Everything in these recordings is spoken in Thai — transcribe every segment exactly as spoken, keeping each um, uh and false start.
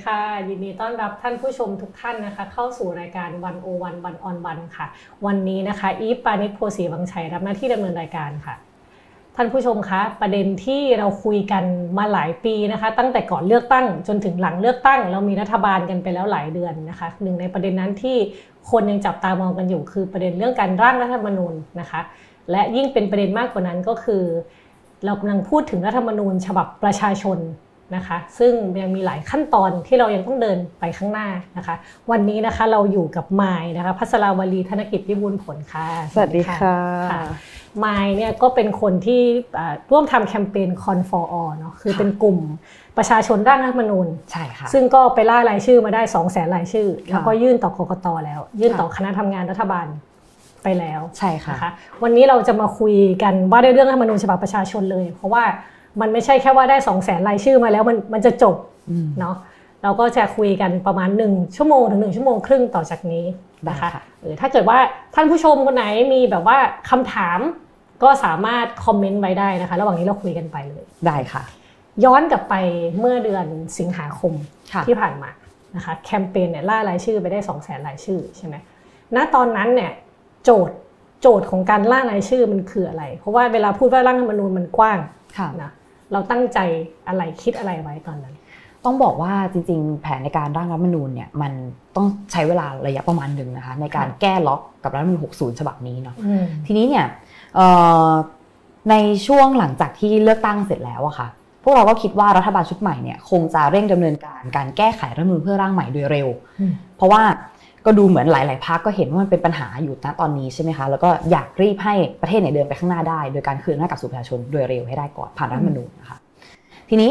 ค่ะยินดีต้อนรับท่านผู้ชมทุกท่านนะคะเข้าสู่รายการวันโอวันวันออนวันค่ะวันนี้นะคะอีฟปานิชโพสีวังชัยรับหน้าที่ดำเนินรายการค่ะท่านผู้ชมคะประเด็นที่เราคุยกันมาหลายปีนะคะตั้งแต่ก่อนเลือกตั้งจนถึงหลังเลือกตั้งเรามีรัฐบาลกันไปแล้วหลายเดือนนะคะหนึ่งในประเด็นนั้นที่คนยังจับตามองกันอยู่คือประเด็นเรื่องการร่างรัฐธรรมนูญนะคะและยิ่งเป็นประเด็นมากกว่านั้นก็คือเรากำลังพูดถึงรัฐธรรมนูญฉบับประชาชนนะคะซึ่งยังมีหลายขั้นตอนที่เรายังต้องเดินไปข้างหน้านะคะวันนี้นะคะเราอยู่กับมายนะคะภัสราวลีธนกิจวิบูลย์ผลค่ะสวัสดีค่ะมายเนี่ยก็เป็นคนที่ร่วมทำแคมเปญ Con for All เนาะคือเป็นกลุ่มประชาชนร่างรัฐธรรมนูญใช่ค่ะซึ่งก็ไปล่ารายชื่อมาได้ สองแสน รายชื่อแล้วก็ยื่นต่อกกต.แล้วยื่นต่อคณะทำงานรัฐบาลไปแล้วใช่ค่ะนะคะวันนี้เราจะมาคุยกันว่าด้วยเรื่องรัฐธรรมนูญฉบับประชาชนเลยเพราะว่ามันไม่ใช่แค่ว่าได้ สองแสน รายชื่อมาแล้วมันมันจะจบเนาะเราก็จะคุยกันประมาณหนึ่งชั่วโมงถึงหนึ่งชั่วโมงครึ่งต่อจากนี้นะคะหรือถ้าเกิดว่าท่านผู้ชมคนไหนมีแบบว่าคำถามก็สามารถคอมเมนต์ไว้ได้นะคะระหว่างนี้เราคุยกันไปเลยได้ค่ะย้อนกลับไปเมื่อเดือนสิงหาคมที่ผ่านมานะคะแคมเปญเนี่ยล่ารายชื่อไปได้ สองแสน รายชื่อใช่ไหมณตอนนั้นเนี่ยโจทย์โจทย์ของการล่ารายชื่อมันคืออะไรเพราะว่าเวลาพูดว่าร่างรัฐธรรมนูญมันกว้างนะเราตั้งใจอะไรคิดอะไรไว้ตอนนั้นต้องบอกว่าจริงๆแผนในการร่างรัฐธรรมนูญเนี่ยมันต้องใช้เวลาระยะประมาณหนึ่งนะคะในการแก้ล็อกกับรัฐธรรมนูญหกสิบฉบับนี้เนาะทีนี้เนี่ยในช่วงหลังจากที่เลือกตั้งเสร็จแล้วอะค่ะพวกเราก็คิดว่ารัฐบาลชุดใหม่เนี่ยคงจะเร่งดำเนินการการแก้ไขรัฐธรรมนูญเพื่อร่างใหม่โดยเร็วเพราะว่าก็ดูเหมือนหลายๆพรรคก็เห็นว่ามันเป็นปัญหาอยู่ณตอนนี้ใช่ไหมคะแล้วก็อยากรีบให้ประเทศเนี่ยเดินไปข้างหน้าได้โดยการคืนอำนาจกลับสู่ประชาชนโดยเร็วให้ได้ก่อนผ่านรัฐธรรมนูญนะคะทีนี้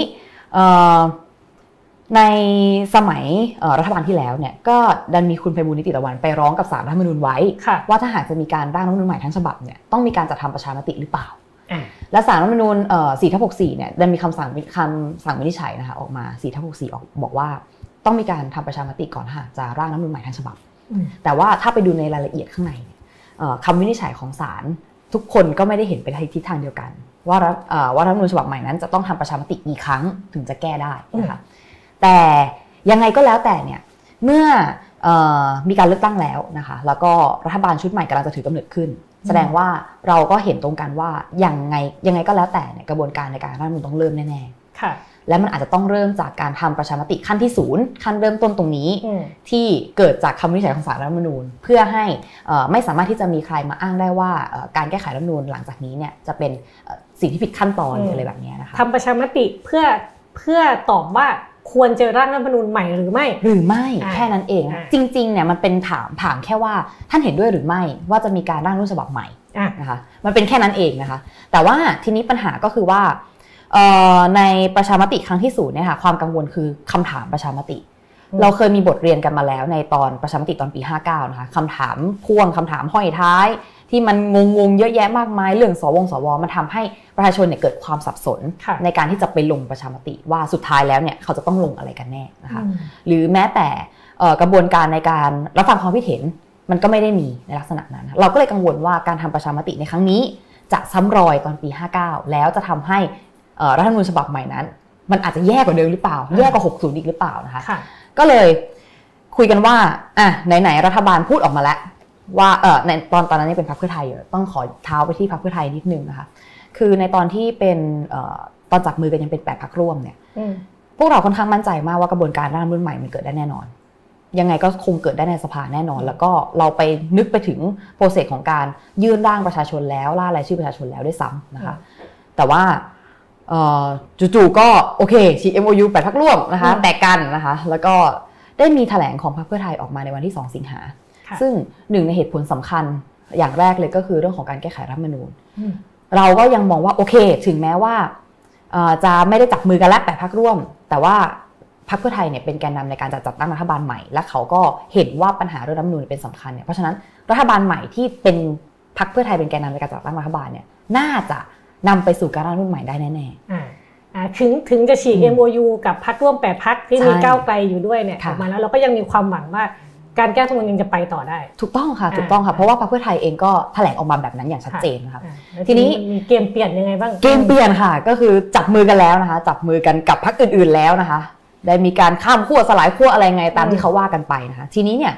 ในสมัยรัฐบาลที่แล้วเนี่ยก็ดันมีคุณไพบูลย์นิติตะวันไปร้องกับศาลรัฐธรรมนูญไว้ว่าถ้าหากจะมีการร่างรัฐธรรมนูญใหม่ทั้งฉบับเนี่ยต้องมีการจัดทำประชามติหรือเปล่าและศาลรัฐธรรมนูญ สี่ทับหกสิบสี่ เนี่ยดันมีคำสั่งคำสั่งวินิจฉัยนะคะออกมา สี่ทับหกสิบสี่ ออกบอกว่าต้องมีการทำประชามติก่อนหากจะร่างรัฐธรรมนูญใหม่ทั้งฉบับแต่ว่าถ้าไปดูในรายละเอียดข้างในคำวินิจฉัยของศาลทุกคนก็ไม่ได้เห็นไปในทิศทางเดียวกันว่าว่ารัฐธรรมนูญฉบับใหม่นั้นจะต้องทำประชามติกี่ครั้งถึงจะแก้ได้นะคะแต่ยังไงก็แล้วแต่เนี่ยเมื่อมีการเลือกตั้งแล้วนะคะแล้วก็รัฐบาลชุดใหม่กำลังจะถือกำเนิดขึ้นแสดงว่าเราก็เห็นตรงกันว่ายังไงยังไงก็แล้วแต่เนี่ยกระบวนการในการรัฐธรรมนูญต้องเริ่มแน่ๆค่ะและมันอาจจะต้องเริ่มจากการทำประชามติขั้นที่ศูนย์ขั้นเริ่มต้นตรงนี้ที่เกิดจากคำวินิจฉัยของศาลรัฐธรรมนูญเพื่อให้ไม่สามารถที่จะมีใครมาอ้างได้ว่าการแก้ไขรัฐธรรมนูญหลังจากนี้เนี่ยจะเป็นสิ่งที่ผิดขั้นตอนหรืออะไรแบบนี้นะคะทำประชามติเพื่อเพื่อตอบว่าควรจะร่างรัฐธรรมนูญใหม่หรือไม่หรือไม่แค่นั้นเองจริงๆเนี่ยมันเป็นถามถามแค่ว่าท่านเห็นด้วยหรือไม่ว่าจะมีการร่างรัฐธรรมนูญฉบับใหม่นะคะมันเป็นแค่นั้นเองนะคะแต่ว่าทีนี้ปัญหาก็คือว่าในประชามติครั้งที่ศูนย์เนี่ยค่ะความกังวลคือคำถามประชามติเราเคยมีบทเรียนกันมาแล้วในตอนประชามติตอนปีห้าเก้านะคะคำถามพ่วงคำถามห้อยท้ายที่มันงงๆเยอะแยะมากมายเรื่องสวงสวมันทำให้ประชาชนเนี่ยเกิดความสับสนในการที่จะไปลงประชามติว่าสุดท้ายแล้วเนี่ยเขาจะต้องลงอะไรกันแน่นะคะหรือแม้แต่กระบวนการในการรับฟังความคิดเห็นมันก็ไม่ได้มีในลักษณะนั้นเราก็เลยกังวลว่าการทำประชามติในครั้งนี้จะซ้ำรอยตอนปีห้าเก้าแล้วจะทำให้รัฐธรรมนูญฉบับใหม่นั้นมันอาจจะแย่กว่าเดิมหรือเปล่าแย่กว่าหกสิบอีกหรือเปล่านะคะก็เลยคุยกันว่าอ่ะไหนๆรัฐบาลพูดออกมาแล้วว่าเออในตอนตอนนั้นนี่เป็นพรรคเพื่อไทยอยู่ต้องขอเท้าไปที่พรรคเพื่อไทยนิดนึงนะคะคือในตอนที่เป็นตอนจับมือกันยังเป็นแปดพรรคร่วมเนี่ยพวกเราค่อนข้างมั่นใจมากว่ากระบวนการร่างรัฐธรรมนูญใหม่มันเกิดได้แน่นอนยังไงก็คงเกิดได้ในสภาแน่นอนแล้วก็เราไปนึกไปถึงโปรเซสของการยื่นร่างประชาชนแล้วล่ารายชื่อประชาชนแล้วด้วยซ้ำนะคะแต่ว่าจู่ๆก็โอเคฉี เอ็ม โอ ยู แปดพรรคร่วมนะคะแตกกันนะคะแล้วก็ได้มีแถลงของพรรคเพื่อไทยออกมาในวันที่สองสิงหาซึ่งหนึ่งในเหตุผลสำคัญอย่างแรกเลยก็คือเรื่องของการแก้ไขรัฐธรรมนูญเราก็ยังมองว่าโอเคถึงแม้ว่าจะไม่ได้จับมือกันแล้วแปดพรรคร่วมแต่ว่าพรรคเพื่อไทยเนี่ยเป็นแกนนำในการจัดตั้งรัฐบาลใหม่และเขาก็เห็นว่าปัญหาเรื่องรัฐธรรมนูญเป็นสำคัญเนี่ยเพราะฉะนั้นรัฐบาลใหม่ที่เป็นพรรคเพื่อไทยเป็นแกนนำในการจัดตั้งรัฐบาลเนี่ยน่าจะนำไปสู่การร่างรัฐธรรมนูญใหม่ได้แน่ๆถึงถึงจะฉีก เอ็ม โอ ยู กับพรรคร่วมแปดพรรคที่มีก้าวไกลอยู่ด้วยเนี่ยออกมาแล้วเราก็ยังมีความหวังว่าการแก้รัฐธรรมนูญยังจะไปต่อได้ถูกต้องค่ะถูกต้องค่ะเพราะว่าพรรคเพื่อไทยเองก็แถลงออกมาแบบนั้นอย่างชัดเจนนะคะทีนี้มีเกมเปลี่ยนยังไงบ้างเกมเปลี่ยนค่ะก็คือจับมือกันแล้วนะคะจับมือกันกับพรรคอื่นๆแล้วนะคะได้มีการข้ามขั้วสลายขั้วอะไรไงตามที่เขาว่ากันไปนะคะทีนี้เนี่ย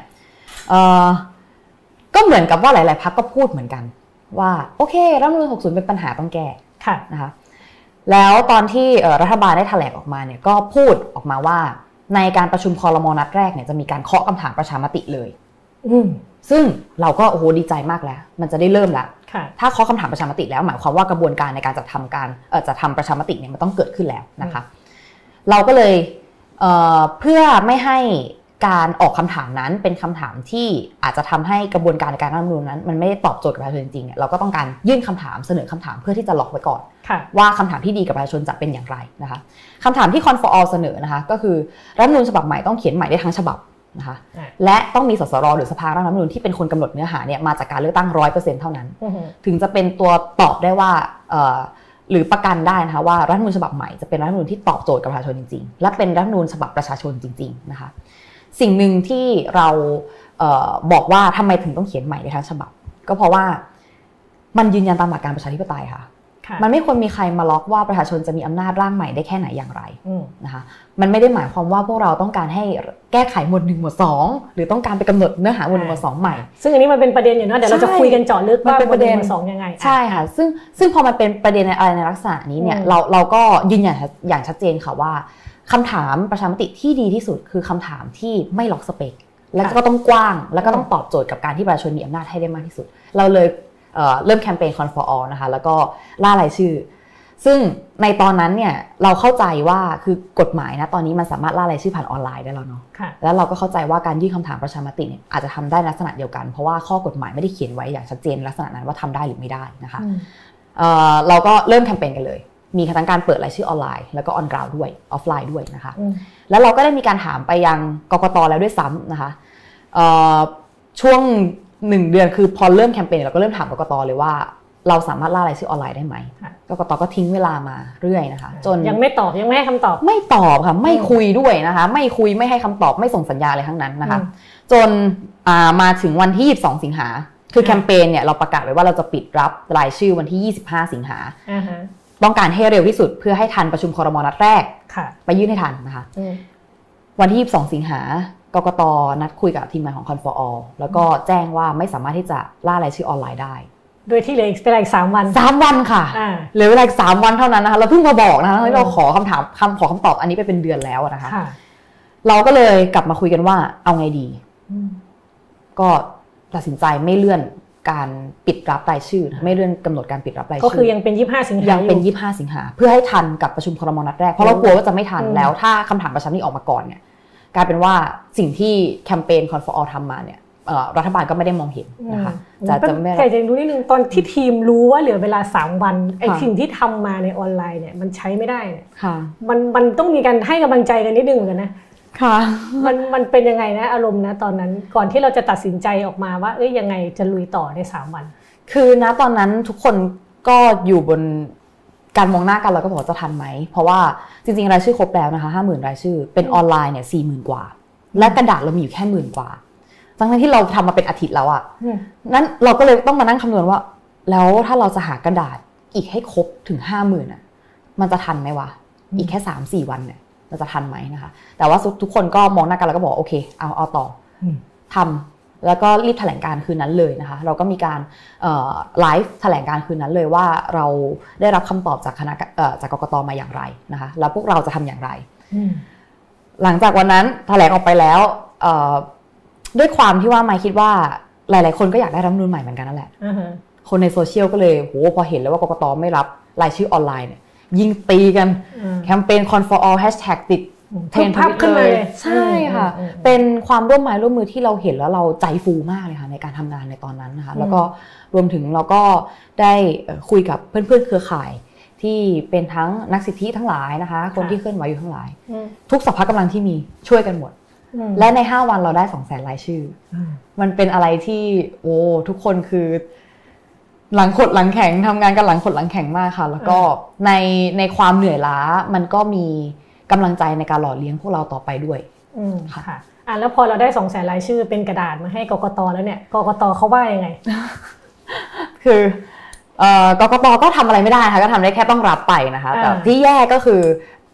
ก็เหมือนกับว่าหลายๆพรรคก็พูดเหมือนกันว่าโอเครัฐธรรมนูญหกสิบเป็นปัญหาต้องแก้นะคะแล้วตอนที่รัฐบาลได้แถลงออกมาเนี่ยก็พูดออกมาว่าในการประชุมครม.นัดแรกเนี่ยจะมีการเคาะคำถามประชามติเลยซึ่งเราก็โอ้โหดีใจมากแล้วมันจะได้เริ่มแล้วถ้าเคาะคำถามประชามติแล้วหมายความว่ากระบวนการในการจัดทำการเอ่อจะทำประชามติเนี่ยมันต้องเกิดขึ้นแล้วนะคะเราก็เลยเอ่อเพื่อไม่ให้การออกคำถามนั้นเป็นคำถามที่อาจจะทำให้กระบวนการในการรัฐธรรมนูญนั้นมันไม่ได้ตอบโจทย์กับประชาชนจริงๆเราก็ต้องการยื่นคำถามเสนอคำถามเพื่อที่จะล็อกไว้ก่อนว่าคำถามที่ดีกับประชาชนจะเป็นอย่างไรนะคะคำถามที่ Con for All เสนอนะคะก็คือรัฐธรรมนูญฉบับใหม่ต้องเขียนใหม่ได้ทั้งฉบับนะคะและต้องมีสสรหรือสภาร่างรัฐธรรมนูญที่เป็นคนกำหนดเนื้อหาเนี่ยมาจากการเลือกตั้ง ร้อยเปอร์เซ็นต์ เท่านั้นถึงจะเป็นตัวตอบได้ว่าหรือประกันได้นะคะว่ารัฐธรรมนูญฉบับใหม่จะเป็นรัฐธรรมนูญที่ตอบโจทย์กับประชาชนจริงๆและเป็นรัฐธรรมนูญฉบับประชาชนจริงๆนะคะสิ่งหนึ่งที่เราเอ่อบอกว่าทำไมถึงต้องเขียนใหม่ในทั้งฉบับก็เพราะว่ามันยืนยันตามหลักการประชาธิปไตยค่ะมันไม่ควรมีใครมาล็อกว่าประชาชนจะมีอำนาจร่างใหม่ได้แค่ไหนอย่างไรนะคะมันไม่ได้หมายความว่าพวกเราต้องการให้แก้ไขหมวดหนึ่งหมวดสองหรือต้องการไปกำหนดเนื้อหาหมวดหนึ่งหมวดสองใหม่ซึ่งอันนี้มันเป็นประเด็นอยู่เนาะเดี๋ยวเราจะคุยกันเจาะลึกว่าหมวดหนึ่งหมวดสองยังไงใช่ค่ะซึ่งซึ่งพอมันเป็นประเด็นอะไรในลักษณะนี้เนี่ยเราเราก็ยืนยันอย่างชัดเจนค่ะว่าคำถามประชามติที่ดีที่สุดคือคำถามที่ไม่ล็อกสเปคแล้วก็ต้องกว้างแล้วก็ต้องตอบโจทย์กับการที่ประชาชนมีอำนาจให้ได้มากที่สุดเราเลย เอ่อ เริ่มแคมเปญ Con for All นะคะแล้วก็ล่ารายชื่อซึ่งในตอนนั้นเนี่ยเราเข้าใจว่าคือกฎหมายนะตอนนี้มันสามารถล่ารายชื่อผ่านออนไลน์ได้แล้วเนาะแล้วเราก็เข้าใจว่าการยื่นคำถามประชามติเนี่ยอาจจะทำได้ลักษณะเดียวกันเพราะว่าข้อกฎหมายไม่ได้เขียนไว้อย่างชัดเจนลักษณะนั้นว่าทำได้หรือไม่ได้นะคะเอ่อเราก็เริ่มแคมเปญกันเลยมีทั้งการเปิดรายชื่อออนไลน์แล้วก็ออนกราวด์ด้วยออฟไลน์ด้วยนะคะแล้วเราก็ได้มีการถามไปยังกกต.แล้วด้วยซ้ำนะคะช่วงหนึ่งเดือนคือพอเริ่มแคมเปญเราก็เริ่มถามกกต.เลยว่าเราสามารถล่ารายชื่อออนไลน์ได้ไหมกกต.ก็ทิ้งเวลามาเรื่อยนะคะจนยังไม่ตอบยังไม่ให้คำตอบไม่ตอบค่ะไม่คุยด้วยนะคะไม่คุยไม่ให้คำตอบไม่ส่งสัญญาอะไรทั้งนั้นนะคะจนมาถึงวันที่ยี่สิบสองสิงหาคือแคมเปญเนี่ยเราประกาศไว้ว่าเราจะปิดรับรายชื่อวันที่ยี่สิบห้าสิงหาต้องการให้เร็วที่สุดเพื่อให้ทันประชุมครม.นัดแรกไปยื่นให้ทันนะคะวันที่ยี่สิบสองสิงหากกต.นัดคุยกับทีมงานของ Con for All แล้วก็แจ้งว่าไม่สามารถที่จะล่ารายชื่อออนไลน์ได้โดยที่เหลืออีกเวลาอีกสามวันสามวันค่ะเหลือเวลาอีกสามวันเท่านั้นนะคะเราเพิ่งมาบอกนะคะที่เราขอคำถามคำขอคำตอบอันนี้ไปเป็นเดือนแล้วนะคะเราก็เลยกลับมาคุยกันว่าเอาไงดีก็ตัดสินใจไม่เลื่อนการปิดรับรายชื่อไม่เลื่อนกำหนดการปิดรับรายชื่อก็คือยังเป็นยี่สิบห้าสิงหายังเป็นยี่สิบห้าสิงหาเพื่อให้ทันกับประชุมครม.นัดแรกเพราะเรากลัวว่าจะไม่ทันแล้วถ้าคำถามประชามติออกมาก่อนเนี่ยกลายเป็นว่าสิ่งที่แคมเปญ Con for All ทำมาเนี่ยรัฐบาลก็ไม่ได้มองเห็นนะคะจะจะไม่แต่ยังรู้นิดนึงตอนที่ทีมรู้ว่าเหลือเวลาสามวันไอ้สิ่งที่ทำมาในออนไลน์เนี่ยมันใช้ไม่ได้เนี่ยมันมันต้องมีการให้กำลังใจกันนิดนึงเหมือนกันนะค่ะมันมันเป็นยังไงนะอารมณ์นะตอนนั้นก่อนที่เราจะตัดสินใจออกมาว่าเอ้ยยังไงจะลุยต่อในสามวันคือนะตอนนั้นทุกคนก็อยู่บนการมองหน้ากันเราก็บอกจะทันไหมเพราะว่าจริงๆรายชื่อครบแล้วนะคะห้าหมื่นรายชื่อเป็นออนไลน์เนี่ยสี่หมื่นกว่าและกระดาษเรามีอยู่แค่หมื่นกว่าทั้งที่เราทำมาเป็นอาทิตย์แล้วอ่ะนั้นเราก็เลยต้องมานั่งคำนวณว่าแล้วถ้าเราจะหากระดาษอีกให้ครบถึงห้าหมื่นอ่ะมันจะทันไหมวะอีกแค่สามสี่วันเนี่ยเราจะทันไหมนะคะแต่ว่าทุกคนก็มองหน้ากันแล้วก็บอกโอเคเอาเอาต่อทำแล้วก็รีบแถลงการคืนนั้นเลยนะคะเราก็มีการไลฟ์แถลงการคืนนั้นเลยว่าเราได้รับคำตอบจากคณะจากกกต.มาอย่างไรนะคะแล้วพวกเราจะทำอย่างไรหลังจากวันนั้นแถลงออกไปแล้วด้วยความที่ว่าไมค์คิดว่าหลายๆคนก็อยากได้รัฐธรรมนูญใหม่เหมือนกันนั่นแหละ uh-huh. คนในโซเชียลก็เลยโหพอเห็นแล้วว่ากกต.ไม่รับรายชื่อออนไลน์เนี่ยยิงตีกัน uh-huh. แคมเปญ Con for All แฮชแท็กติดเทรนด์ทวิตขึ้นเลยใช่ค่ะ uh-huh. เป็นความร่วมไม้ร่วมมือที่เราเห็นแล้วเราใจฟูมากเลยค่ะในการทำงานในตอนนั้นนะคะ uh-huh. แล้วก็รวมถึงเราก็ได้คุยกับเพื่อนๆเครือข่ายที่เป็นทั้งนักสิทธิทั้งหลายนะคะคนที่เคลื่อนไหวอยู่ทั้งหลาย uh-huh. ทุกสภาพกำลังที่มีช่วยกันหมดและในห้าวันเราได้ สองแสน รายชื่อมันเป็นอะไรที่โอ้ทุกคนคือหลังขดหลังแข็งทำงานกันหลังขดหลังแข็งมากค่ะแล้วก็ในในความเหนื่อยล้ามันก็มีกำลังใจในการหล่อเลี้ยงพวกเราต่อไปด้วยค่ะอ่ะแล้วพอเราได้ สองแสน รายชื่อเป็นกระดาษมาให้กกต.แล้วเนี่ยกกต.เขาว่ายังไงคือกกต.ก็ทำอะไรไม่ได้ค่ะก็ทำได้แค่ต้องรับไปนะคะแต่ที่แย่ก็คือ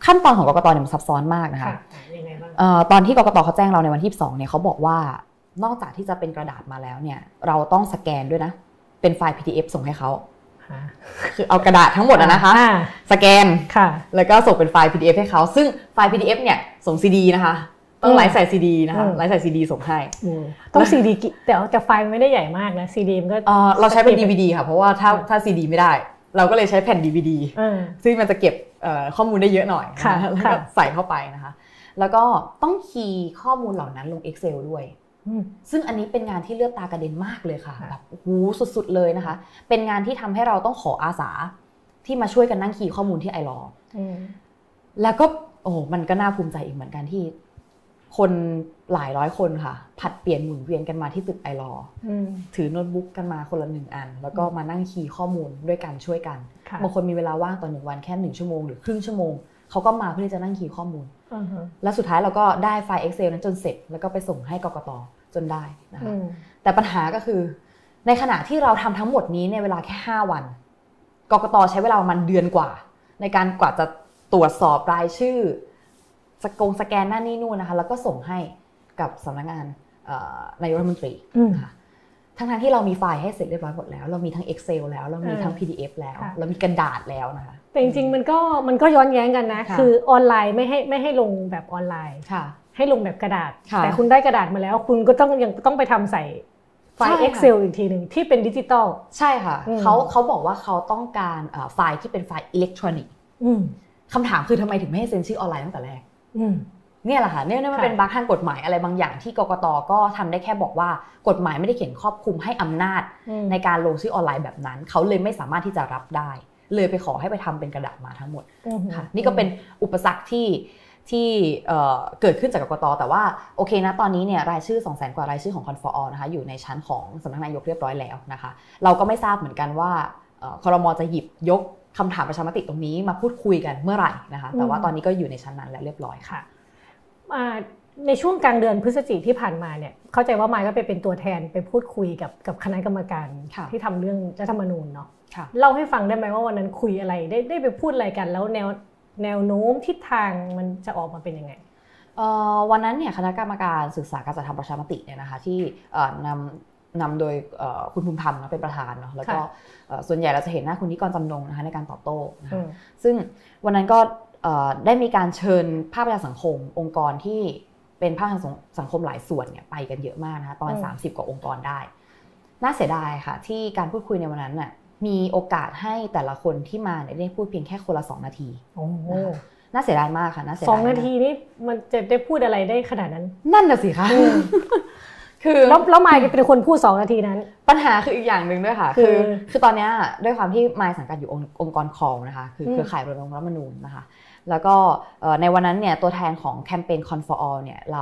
ขั้นตอนของกกตเนี่ยมันซับซ้อนมากนะคะยังไงบ้างตอนที่กกตเขาแจ้งเราในวันที่ยี่สิบสองเนี่ยเขาบอกว่านอกจากที่จะเป็นกระดาษมาแล้วเนี่ยเราต้องสแกนด้วยนะเป็นไฟล์ พี ดี เอฟ ส่งให้เขาคือเอากระดาษทั้งหมดนะคะสแกนแล้วก็ส่งเป็นไฟล์ พี ดี เอฟ ให้เขาซึ่งไฟล์ พี ดี เอฟ เนี่ยส่ง ซี ดี นะคะต้องไลฟ์ใส่ ซี ดี นะคะไลฟ์ใส่ ซี ดี ส่งให้ต้อง ซี ดี แต่แต่ไฟล์ไม่ได้ใหญ่มากนะ ซี ดี มันก็เราใช้เป็น ดี วี ดี ค่ะเพราะว่าถ้าถ้า ซี ดี ไม่ได้เราก็เลยใช้แผ่น ดี วี ดี ซึ่งมันจะเก็บข้อมูลได้เยอะหน่อยแล้วก็ใส่เข้าไปนะคะแล้วก็ต้องคีย์ข้อมูลเหล่านั้นลง Excel ด้วยซึ่งอันนี้เป็นงานที่เลือดตากระเด็นมากเลยค่ะแบบโอ้โหสุดๆเลยนะคะเป็นงานที่ทำให้เราต้องขออาสาที่มาช่วยกันนั่งคีย์ข้อมูลที่ไอรอแล้วก็โอ้มันก็น่าภูมิใจอีกเหมือนกันที่คนหลายร้อยคนค่ะผัดเปลี่ยนหมุนเวียนกันมาที่ตึกไอรอถือโน้ตบุ๊กกันมาคนละหนึ่งอันแล้วก็มานั่งคีย์ข้อมูลด้วยกันช่วยกันบางคนมีเวลาว่างต่อหนึ่งวันแค่หนึ่งชั่วโมงหรือครึ่งชั่วโมงเขาก็มาเพื่อที่จะนั่งคีย์ข้อมูลและสุดท้ายเราก็ได้ไฟล์ Excel นั้นจนเสร็จแล้วก็ไปส่งให้กกต.จนได้นะคะแต่ปัญหาก็คือในขณะที่เราทำทั้งหมดนี้ในเวลาแค่ห้าวันกกต.ใช้เวลาประมาณเดือนกว่าในการกว่าจะตรวจสอบรายชื่อสกงสแกนหน้านี่นู่นนะคะแล้วก็ส่งให้กับสำนักงานนายกรัฐมนตรีนะคะทั้งๆที่เรามีไฟล์ให้เสร็จเรียบร้อยหมดแล้วเรามีทั้ง Excel แล้วเรามีทั้ง พี ดี เอฟ แล้วเรามีกระดาษแล้วนะคะแต่จริงๆมันก็มันก็ย้อนแย้งกันนะคือออนไลน์ไม่ให้ไม่ให้ลงแบบออนไลน์ให้ลงแบบกระดาษแต่คุณได้กระดาษมาแล้วคุณก็ต้องยังต้องไปทำใส่ไฟล์ Excel อีกทีหนึ่งที่เป็นดิจิตอลใช่ค่ะเขาเขาบอกว่าเขาต้องการไฟล์ที่เป็นไฟล์อิเล็กทรอนิกส์คำถามคือทำไมถึงไม่ให้เซ็นชื่อออนไลน์ตั้งแต่แรกเนี่ยแหละค่ะเนี่ยมันเป็นบั๊กทางกฎหมายอะไรบางอย่างที่กกต.ก็ทำได้แค่บอกว่ากฎหมายไม่ได้เขียนครอบคลุมให้อำนาจในการลงชื่อออนไลน์แบบนั้นเขาเลยไม่สามารถที่จะรับได้เลยไปขอให้ไปทำเป็นกระดาษมาทั้งหมดค่ะนี่ก็เป็นอุปสรรคที่ที่เกิดขึ้นจากกกต.แต่ว่าโอเคนะตอนนี้เนี่ยรายชื่อ สองแสน กว่ารายชื่อของ คอน ฟอร์ ออล นะคะอยู่ในชั้นของสำนักนายกเรียบร้อยแล้วนะคะเราก็ไม่ทราบเหมือนกันว่าครม.จะหยิบยกคำถามประชามติตรงนี้มาพูดคุยกันเมื่อไหร่นะคะแต่ว่าตอนนี้ก็อยู่ในชั้นนั้นแล้วเรียบร้อยค่ะในช่วงกลางเดือนพฤศจิกายนที่ผ่านมาเนี่ยเข้าใจว่ามายก็ไปเป็นตัวแทนไปพูดคุยกับกับคณะกรรมการที่ทำเรื่องรัฐธรรมนูญเนาะเล่าให้ฟังได้ไหมว่าวันนั้นคุยอะไรได้ได้ไปพูดอะไรกันแล้วแนวแนวโน้มทิศทางมันจะออกมาเป็นยังไงวันนั้นเนี่ยคณะกรรมการศึกษาการจัดทำประชามติเนี่ยนะคะที่นำนำโดยคุณภูมิธรรมเป็นประธานเนาะแล้วก็ส่วนใหญ่เราจะเห็นหน้าคุณนิกรจำนงนะคะในการตอบโต้นะคะซึ่งวันนั้นก็ได้มีการเชิญภาคประชาสังคมองค์กรที่เป็นภาคสังคมหลายส่วนเนี่ยไปกันเยอะมากนะคะประมาณสามสิบกว่าองค์กรได้น่าเสียดายค่ะที่การพูดคุยในวันนั้นน่ะมีโอกาสให้แต่ละคนที่มาเนี่ยได้พูดเพียงแค่คนละสองนาทีโอ้น่าเสียดายมากค่ะน่าเสียดายสองนาทีนี้มันจะได้พูดอะไรได้ขนาดนั้นนั่นน่ะสิคะคือแล้วแล้วมายเป็นคนพูดสองนาทีนั้นปัญหาคืออีกอย่างนึงด้วยค่ะคือคือตอนนี้ด้วยความที่มายสังกัดอยู่องค์กรคอลนะคะคือเครือข่ายรณรงค์รัฐธรรมนูญนะคะแล้วก็ในวันนั้นเนี่ยตัวแทนของแคมเปญ คอน ฟอร์ ออล เนี่ยเรา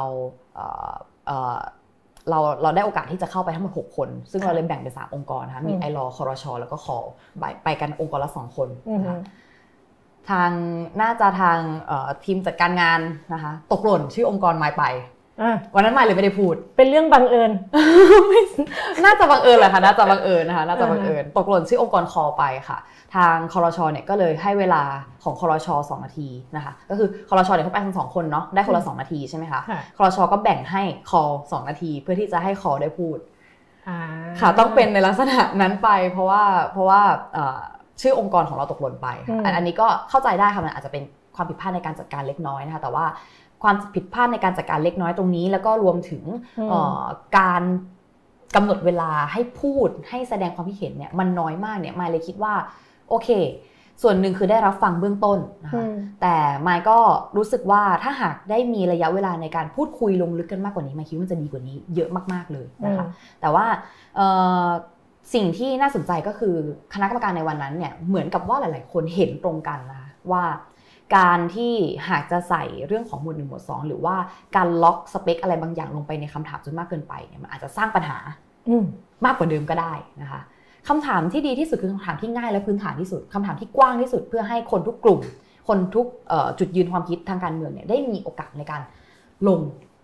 เราเราได้โอกาสที่จะเข้าไปทั้งหมดหกคนซึ่งเราเลยแบ่งเป็นสามองค์กรนะคะมีไอรอครชแล้วก็คอลไปกันองค์กรละสองคนนะคะทางน่าจะทางทีมจัดการงานนะคะตกหล่นชื่อองค์กรมายไปวันนั้นมายเลยไม่ได้พูดเป็นเรื่องบังเอิญน่าจะบังเอิญแหละค่ะน่าจะบังเอิญนะคะน่าจะบังเอิญตกหล่นชื่อองค์กรคอลไปค่ะทางครชเนี่ยก็เลยให้เวลาของครชสองนาทีนะคะก็คือครชเนี่ยเขาไปทั้งสองคนเนาะได้คนละสองนาทีใช่ไหมคะครชก็แบ่งให้คอลสองนาทีเพื่อที่จะให้คอลได้พูดค่ะต้องเป็นในลักษณะนั้นไปเพราะว่าเพราะว่าชื่อองค์กรของเราตกหล่นไปอันนี้ก็เข้าใจได้ค่ะมันอาจจะเป็นความผิดพลาดในการจัดการเล็กน้อยนะคะแต่ว่าความผิดพลาดในการจัดการเล็กน้อยตรงนี้แล้วก็รวมถึงการกำหนดเวลาให้พูดให้แสดงความคิดเห็นเนี่ยมันน้อยมากเนี่ยมายเลยคิดว่าโอเคส่วนหนึ่งคือได้รับฟังเบื้องต้นนะคะแต่มายก็รู้สึกว่าถ้าหากได้มีระยะเวลาในการพูดคุยลงลึกกันมากกว่านี้มายคิดว่ามันจะดีกว่านี้เยอะมากๆเลยนะคะแต่ว่าสิ่งที่น่าสนใจก็คือคณะกรรมการในวันนั้นเนี่ยเหมือนกับว่าหลายๆคนเห็นตรงกันนะคะว่าการที่หากจะใส่เรื่องของหมวดหนึ่งหมวดสองหรือว่าการล็อกสเปคอะไรบางอย่างลงไปในคำถามจนมากเกินไปเนี่ยมันอาจจะสร้างปัญหามากกว่าเดิมก็ได้นะคะคำถามที่ดีที่สุดคือคำถามที่ง่ายและพื้นฐานที่สุดคำถามที่กว้างที่สุดเพื่อให้คนทุกกลุ่มคนทุกจุดยืนความคิดทางการเมืองเนี่ยได้มีโอกาสในการลง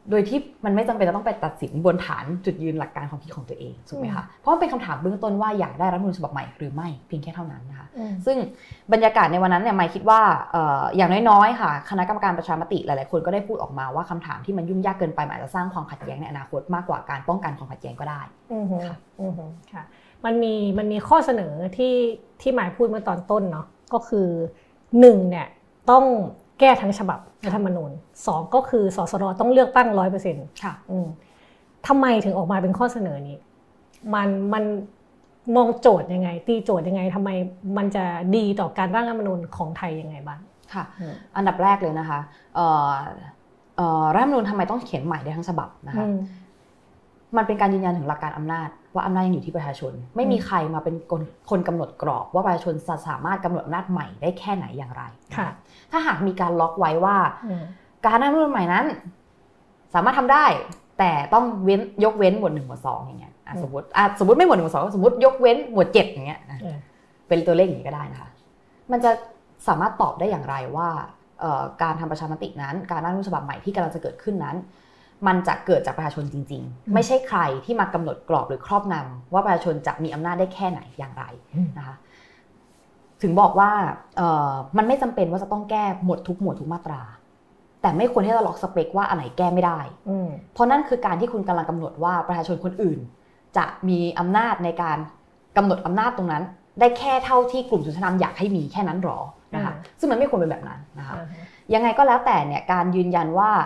โดยที่มันไม่จำเป็นจะต้องไปตัดสินบนฐานจุดยืนหลักการความคิดของตัวเองถูกไหมคะเพราะมันเป็นคำถามเบื้องต้นว่าอยากได้รัฐธรรมนูญฉบับใหม่หรือไม่เพียงแค่เท่านั้นนะคะซึ่งบรรยากาศในวันนั้นเนี่ยหมายคิดว่าอย่างน้อยๆค่ะคณะกรรมการประชามติหลายๆคนก็ได้พูดออกมาว่าคำถามที่มันยุ่งยากเกินไปอาจจะสร้างความขัดแย้งในอนาคตมากกว่าการป้องกันความขัดแย้งก็ได้ค่ะค่ะมันมีมันมีข้อเสนอที่ที่หมายพูดเมื่อตอนต้นเนาะก็คือหนึ่งเนี่ยต้องแก้ทั้งฉบับรัฐธรรมนูญสองก็คือสสรต้องเลือกตั้ง ร้อยเปอร์เซ็นต์ ค่ะทำไมถึงออกมาเป็นข้อเสนอนี้มันมันมองโจทย์ยังไงตีโจทย์ยังไงทำไมมันจะดีต่อการร่างรัฐธรรมนูญของไทยยังไงบ้างค่ะอันดับแรกเลยนะคะรัฐธรรมนูญทำไมต้องเขียนใหม่ได้ทั้งฉบับนะคะมันเป็นการยืนยันถึงหลักการอำนาจว่าอำนาจยังอยู่ที่ประชาชนไม่มีใครมาเป็นคนกำหนดกรอบว่าประชาชนสามารถกำหนดอำนาจใหม่ได้แค่ไหนอย่างไรถ้าหากมีการล็อกไว้ว่าการร่างรัฐธรรมนูญใหม่นั้นสามารถทำได้แต่ต้องเว้นยกเว้นหมวดหนึ่งหมวดสองอย่างเงี้ยสมมติสมมติไม่หมวดหนึ่งหมวดสองสมมติยกเว้นหมวดเจ็ดอย่างเงี้ยเป็นตัวเลขอย่างนี้ก็ได้นะคะมันจะสามารถตอบได้อย่างไรว่าการทำประชามตินั้นการร่างรัฐธรรมนูญฉบับใหม่ที่กำลังจะเกิดขึ้นนั้นมันจะเกิดจากประชาชนจริงๆไม่ใช่ใครที่มากำหนดกรอบหรือครอบงำว่าประชาชนจะมีอำนาจได้แค่ไหนอย่างไรนะคะถึงบอกว่ามันไม่จำเป็นว่าจะต้องแก้หมดทุกหมวดทุกมาตราแต่ไม่ควรที่จะล็อกสเปคว่าอันไหนแก้ไม่ได้เพราะนั่นคือการที่คุณกำลังกำหนดว่าประชาชนคนอื่นจะมีอำนาจในการกำหนดอำนาจตรงนั้นได้แค่เท่าที่กลุ่มชนชั้นนำอยากให้มีแค่นั้นหรอนะคะซึ่งมันไม่ควรเป็นแบบนั้นนะคะยังไงก็แล้วแต่เนี่ยการยืนยันว่า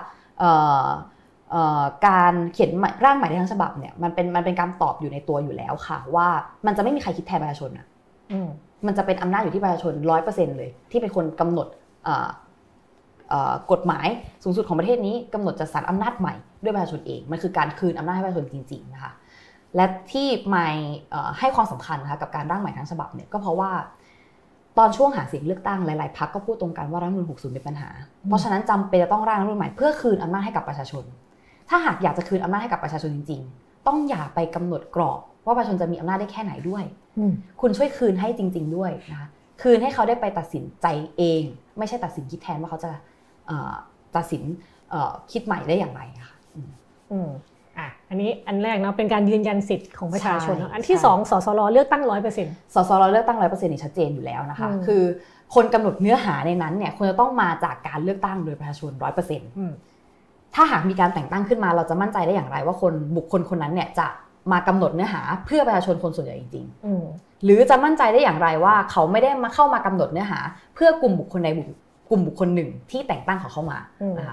การเขียนร่างใหม่ทั้งฉบับเนี่ยมันเป็นมันเป็นการตอบอยู่ในตัวอยู่แล้วค่ะว่ามันจะไม่มีใครคิดแทนประชาชนอ่ะมันจะเป็นอำนาจอยู่ที่ประชาชน ร้อยเปอร์เซ็นต์ เลยที่เป็นคนกำหนดกฎหมายสูงสุดของประเทศนี้กำหนดจัดสรรอำนาจใหม่ด้วยประชาชนเองมันคือการคืนอำนาจให้ประชาชนจริงๆนะคะและที่ไม่ให้ความสำคัญนะคะกับการร่างใหม่ทั้งฉบับเนี่ยก็เพราะว่าตอนช่วงหาเสียงเลือกตั้งหลายๆพรรคก็พูดตรงกันว่ารัฐธรรมนูญหกสิบเป็นปัญหาเพราะฉะนั้นจำเป็นจะต้องร่างรัฐธรรมนูญใหม่เพื่อคืนอำนาจให้กับประชาชนถ้าหากอยากจะคืนอำนาจให้กับประชาชนจริงๆต้องอย่าไปกำหนดกรอบว่าประชาชนจะมีอำนาจได้แค่ไหนด้วยคุณช่วยคืนให้จริงๆด้วยนะคะคืนให้เขาได้ไปตัดสินใจเองไม่ใช่ตัดสินคิดแทนว่าเขาจะตัดสินคิดใหม่ได้อย่างไรค่ะอ่ะอันนี้อันแรกเนาะเป็นการยืนยันสิทธิ์ของประชาชนอันที่สองสสรเลือกตั้ง ร้อยเปอร์เซ็นต์สสรเลือกตั้ง ร้อยเปอร์เซ็นต์ นี่ชัดเจนอยู่แล้วนะคะคือคนกำหนดเนื้อหาในนั้นเนี่ยควรจะต้องมาจากการเลือกตั้งโดยประชาชน ร้อยเปอร์เซ็นต์ ถ้าหากมีการแต่งตั้งขึ้นมาเราจะมั่นใจได้อย่างไรว่าคนบุคคลคนนั้นเนี่ยจะมากำหนดเนื้อหาเพื่อประชาชนคนส่วนใหญ่จริงๆหรือจะมั่นใจได้อย่างไรว่าเขาไม่ได้มาเข้ามากำหนดเนื้อหาเพื่อกลุ่มบุคคลใดกลุ่มบุคคลหนึ่งที่แต่งตั้งเขาเข้ามานะคะ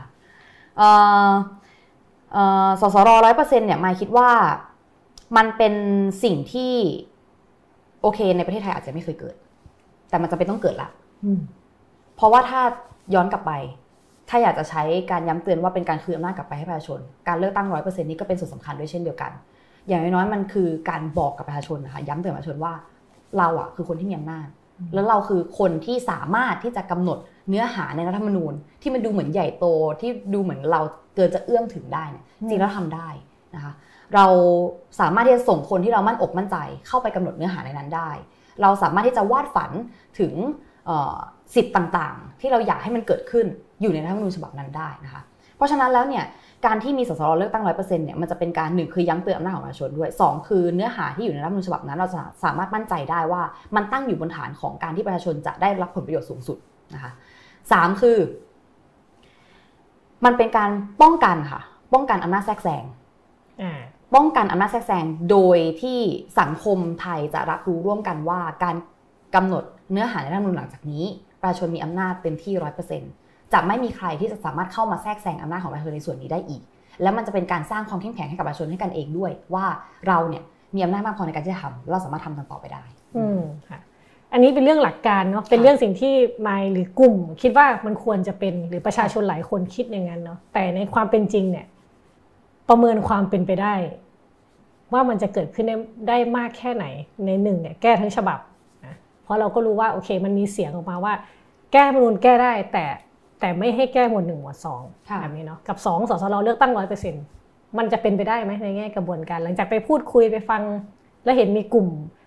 สสร ร้อยเปอร์เซ็นต์ เนี่ยมายคิดว่ามันเป็นสิ่งที่โอเคในประเทศไทยอาจจะไม่เคยเกิดแต่มันจะเป็นต้องเกิดละเพราะว่าถ้าย้อนกลับไปถ้าอยากจะใช้การย้ำเตือนว่าเป็นการคืนอำนาจกลับไปให้ประชาชนการเลือกตั้ง ร้อยเปอร์เซ็นต์ นี้ก็เป็นส่วนสำคัญด้วยเช่นเดียวกันอย่างน้อยๆมันคือการบอกกับประชาชนนะคะย้ำเตือนประชาชนว่าเราอ่ะคือคนที่มีอำนาจแล้วเราคือคนที่สามารถที่จะกำหนดเนื้อหาในรัฐธรรมนูญที่มันดูเหมือนใหญ่โตที่ดูเหมือนเราเกินจะเอื้อมถึงได้เนี่ยจริงแล้วทำได้นะคะเราสามารถที่จะส่งคนที่เรามั่นอกมั่นใจเข้าไปกำหนดเนื้อหาในนั้นได้เราสามารถที่จะวาดฝันถึงสิทธิ์ต่างๆที่เราอยากให้มันเกิดขึ้นอยู่ในรัฐธรรมนูญฉบับนั้นได้นะคะเพราะฉะนั้นแล้วเนี่ยการที่มีสสรเลือกตั้ง ร้อยเปอร์เซ็นต์ เนี่ยมันจะเป็นการหนึ่งคือย้ำเตือนอำนาจของประชาชนด้วยสองคือเนื้อหาที่อยู่ในรัฐธรรมนูญฉบับนั้นเราจะสามารถมั่นใจได้ว่ามันตั้งอยู่บนฐานของการที่ประชาชนจะได้รับผลประโยชน์สูงสุดนะคะสามคือมันเป็นการป้องกันค่ะป้องกันอำนาจแทรกแซงป้องกันอำนาจแทรกแซงโดยที่สังคมไทยจะรับรู้ร่วมกันว่าการกำหนดเนื้อหาในรัฐธรรมนูญหลังจากนี้ประชาชนมีอำนาจเต็มที่ ร้อยเปอร์เซ็นต์ จะไม่มีใครที่จะสามารถเข้ามาแทรกแซงอำนาจของประชาชนในส่วนนี้ได้อีกและมันจะเป็นการสร้างความเข้มแข็งให้กับประชาชนให้กันเองด้วยว่าเราเนี่ยมีอำนาจมากพอในการที่จะทำเราสามารถทำกันต่อไปได้อืมค่ะอันนี้เป็นเรื่องหลักการเนาะเป็นเรื่องสิ่งที่มายหรือกลุ่มคิดว่ามันควรจะเป็นหรือประชาชนหลายคนคิดอย่างนั้นเนาะแต่ในความเป็นจริงเนี่ยประเมินความเป็นไปได้ว่ามันจะเกิดขึ้นได้ได้มากแค่ไหนในหนึ่งเนี่ยแก้ทั้งฉบับนะเพราะเราก็รู้ว่าโอเคมันมีเสียงออกมาว่าแก้รัฐธรรมนูญแก้ได้แต่แต่ไม่ให้แก้หมวดหนึ่งหมวดสองแบบนี้เนาะกับสองสสรเลือกตั้ง ร้อยเปอร์เซ็นต์ มันจะเป็นไปได้ไหมในแง่กระบวนการหลังจากไปพูดคุยไปฟังแล้วเห็นมีกลุ่ม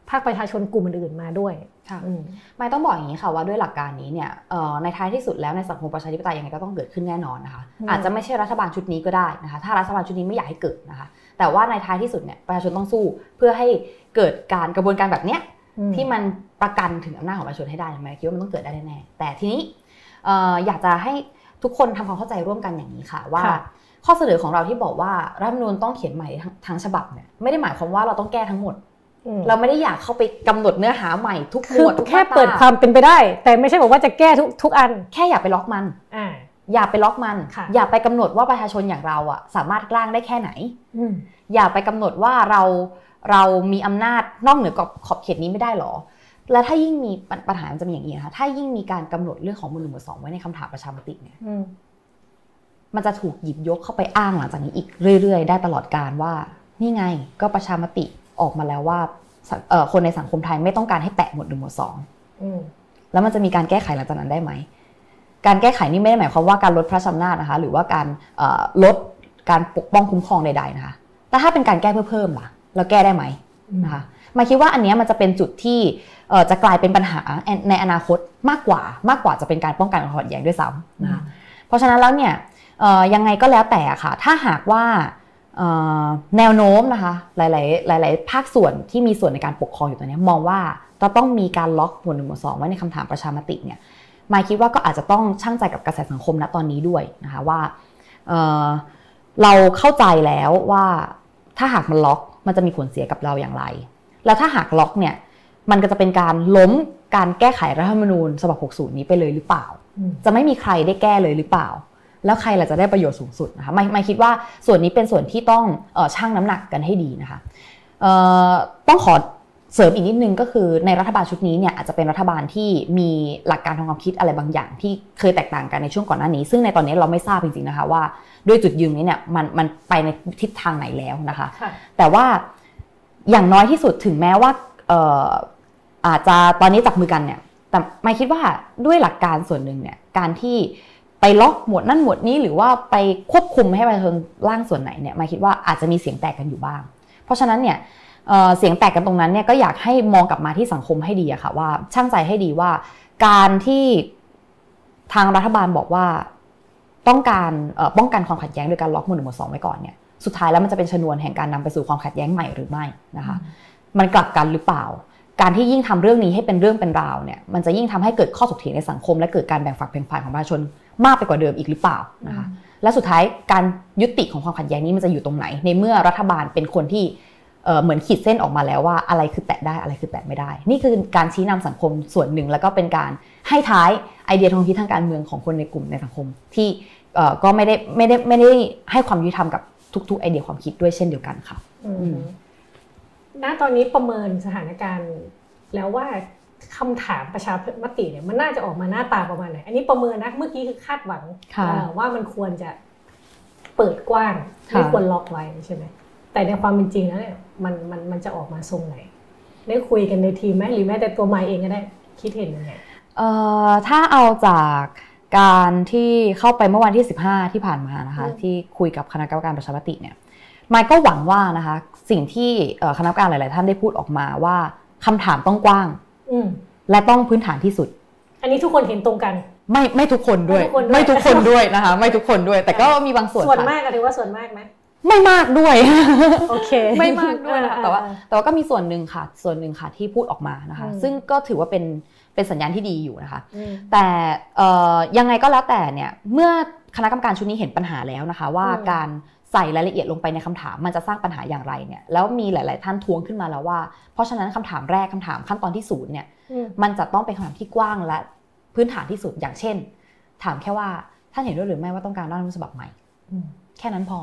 ภาคประชาชนกลุ่มอื่นๆมาด้วยไม่ต้องบอกอย่างนี้ค่ะว่าด้วยหลักการนี้เนี่ยในท้ายที่สุดแล้วในสังคมประชาธิปไตยยังไงก็ต้องเกิดขึ้นแน่นอนนะคะอาจจะไม่ใช่รัฐบาลชุดนี้ก็ได้นะคะถ้ารัฐบาลชุดนี้ไม่อยากให้เกิดนะคะแต่ว่าในท้ายที่สุดเนี่ยประชาชนต้องสู้เพื่อให้เกิดการกระบวนการแบบเนี้ยที่มันประกันถึงอำนาจของประชาชนให้ได้ไหมคิดว่ามันต้องเกิดได้แน่ๆแต่ทีนี้อยากจะให้ทุกคนทำความเข้าใจร่วมกันอย่างนี้ค่ะว่าข้อเสนอของเราที่บอกว่ารัฐธรรมนูญต้องเขียนใหม่ทั้งฉบับเนี่ยไม่ได้หมายความว่าเราต้องแก้ทั้งหมดเราไม่ได้อยากเข้าไปกำหนดเนื้อหาใหม่ทุกหมวดทุกแค่เปิดความเป็นไปได้แต่ไม่ใช่บอกว่าจะแก้ทุกทุกอันแค่อย่าไปล็อกมันอย่าไปล็อกมันอย่าไปกำหนดว่าประชาชนอย่างเราอ่ะสามารถร่างได้แค่ไหนอย่าไปกำหนดว่าเราเรามีอำนาจนอกเหนือขอบเขตนี้ไม่ได้หรอและถ้ายิ่งมีปัญหามันจะมีอย่างนี้นะคะถ้ายิ่งมีการกำหนดเรื่องของหมวดหนึ่งหมวดสองไว้ในคำถามประชามติเนี่ยมันจะถูกหยิบยกเข้าไปอ้างหลังจากนี้อีกเรื่อยๆได้ตลอดกาลว่านี่ไงก็ประชามติออกมาแล้วว่าคนในสังคมไทยไม่ต้องการให้แตะหมวดหนึ่งหมวดสองแล้วมันจะมีการแก้ไขหลังจากนั้นได้ไหมการแก้ไขนี่ไม่ได้หมายความว่าการลดพระราชอำนาจนะคะหรือว่าการลดการปกป้องคุ้มครองใดๆนะคะแต่ถ้าเป็นการแก้เพื่อเพิ่มล่ะเราแก้ได้ไหมนะคะมาคิดว่าอันนี้มันจะเป็นจุดที่จะกลายเป็นปัญหาในอนาคตมากกว่ามากกว่าจะเป็นการป้องกันความขัดแย้งด้วยซ้ำนะคะเพราะฉะนั้นแล้วเนี่ยยังไงก็แล้วแต่ค่ะถ้าหากว่าแนวโน้มนะคะหลายๆหลายๆภาคส่วนที่มีส่วนในการปกครองอยู่ตอนนี้มองว่าเราต้องมีการล็อกหมวดหนึ่งหมวดสองไว้ในคำถามประชามติเนี่ยหมายคิดว่าก็อาจจะต้องชั่งใจกับกระแสสังคมณตอนนี้ด้วยนะคะว่า เ, เราเข้าใจแล้วว่าถ้าหากมันล็อกมันจะมีผลเสียกับเราอย่างไรแล้วถ้าหากล็อกเนี่ยมันก็จะเป็นการล้มการแก้ไขรัฐธรรมนูญฉบับหกสิบนี้ไปเลยหรือเปล่าจะไม่มีใครได้แก้เลยหรือเปล่าแล้วใครล่ะจะได้ประโยชน์สูงสุดนะคะไม่ไม่คิดว่าส่วนนี้เป็นส่วนที่ต้องเอ่อชั่งน้ำหนักกันให้ดีนะคะเอ่อต้องขอเสริมอีกนิดนึงก็คือในรัฐบาลชุดนี้เนี่ยอาจจะเป็นรัฐบาลที่มีหลักการทางความคิดอะไรบางอย่างที่เคยแตกต่างกันในช่วงก่อนหน้านี้ซึ่งในตอนนี้เราไม่ทราบจริงๆนะคะว่าด้วยจุดยืนนี้เนี่ยมันมันไปในทิศทางไหนแล้วนะคะแต่ว่าอย่างน้อยที่สุดถึงแม้ว่าเอ่ออาจจะตอนนี้จับมือกันเนี่ยแต่ไม่คิดว่าด้วยหลักการส่วนหนึ่งเนี่ยการที่ไปล็อกหมวดนั่นหมวดนี้หรือว่าไปควบคุมให้ประชาชนร่างส่วนไหนเนี่ยมาคิดว่าอาจจะมีเสียงแตกกันอยู่บ้างเพราะฉะนั้นเนี่ย เอ่อ เสียงแตกกันตรงนั้นเนี่ยก็อยากให้มองกลับมาที่สังคมให้ดีอะค่ะว่าชั่งใจให้ดีว่าการที่ทางรัฐบาลบอกว่าต้องการป้องกันความขัดแย้งโดยการล็อกหมวดหนึ่งหมวดสองไว้ก่อนเนี่ยสุดท้ายแล้วมันจะเป็นชนวนแห่งการนำไปสู่ความขัดแย้งใหม่หรือไม่นะคะมันกลับกันหรือเปล่าการที่ยิ่งทำเรื่องนี้ให้เป็นเรื่องเป็นราวเนี่ยมันจะยิ่งทำให้เกิดข้อถกเถียงในสังคมและเกิดการแบ่งฝักแบ่งฝ่ายของประชาชนมากไปกว่าเดิมอีกหรือเปล่านะคะและสุดท้ายการยุติของความขัดแย้งนี้มันจะอยู่ตรงไหนในเมื่อรัฐบาลเป็นคนที่เอ่อเหมือนขีดเส้นออกมาแล้วว่าอะไรคือแตะได้อะไรคือแตะไม่ได้นี่คือการชี้นำสังคมส่วนหนึ่งแล้วก็เป็นการให้ท้ายไอเดียทางคิดทางการเมืองของคนในกลุ่มในสังคมที่เอ่อก็ไม่ได้ไม่ได้ไม่ได้ให้ความยุติธรรมกับทุกๆไอเดียความคิดด้วยเช่นเดียวกันค่ะณตอนนี้ประเมินสถานการณ์แล้วว่าคำถามประชามติเนี่ยมันน่าจะออกมาหน้าตาประมาณไหนอันนี้ประเมินนะเมื่อกี้คือคาดหวังว่ามันควรจะเปิดกว้างไม่ควรล็อกไว้ใช่ไหมแต่ในความเป็นจริงแล้วเนี่ยมันมันมันจะออกมาทรงไหนได้คุยกันในทีมไหมหรือแม้แต่ตัวไมค์เองก็ได้คิดเห็นยังไงเอ่อถ้าเอาจากการที่เข้าไปเมื่อวันที่สิบห้าที่ผ่านมานะคะที่คุยกับคณะกรรมการประชามติเนี่ยไมค์ก็หวังว่านะคะสิ่งที่คณะกรรมการหลายๆท่านได้พูดออกมาว่าคำถามต้องกว้างและต้องพื้นฐานที่สุดอันนี้ทุกคนเห็นตรงกันไม่ไม่ทุกคนด้วยไม่ทุกคนด้วยนะคะไม่ทุกคนด้วยแต่ก็มีบางส่วนส่วนมากก็ถือว่าส่วนมากไหมไม่มากด้วยโอเคไม่มากด้วยนะคะแต่ว่าแต่ว่าก็มีส่วนหนึ่งค่ะส่วนหนึ่งค่ะที่พูดออกมานะคะซึ่งก็ถือว่าเป็นเป็นสัญญาณที่ดีอยู่นะคะแต่ยังไงก็แล้วแต่เนี่ยเมื่อคณะกรรมการชุดนี้เห็นปัญหาแล้วนะคะว่าการใส่รายละเอียดลงไปในคำถามมันจะสร้างปัญหาอย่างไรเนี่ยแล้วมีหลายๆท่านท้วงขึ้นมาแล้วว่าเพราะฉะนั้นคำถามแรกคำถามขั้นตอนที่ศูนย์เนี่ยมันจะต้องเป็นคำถามที่กว้างและพื้นฐานที่สุดอย่างเช่นถามแค่ว่าท่านเห็นด้วยหรือไม่ว่าต้องการร่างรัฐธรรมนูญฉบับใหม่แค่นั้นพอ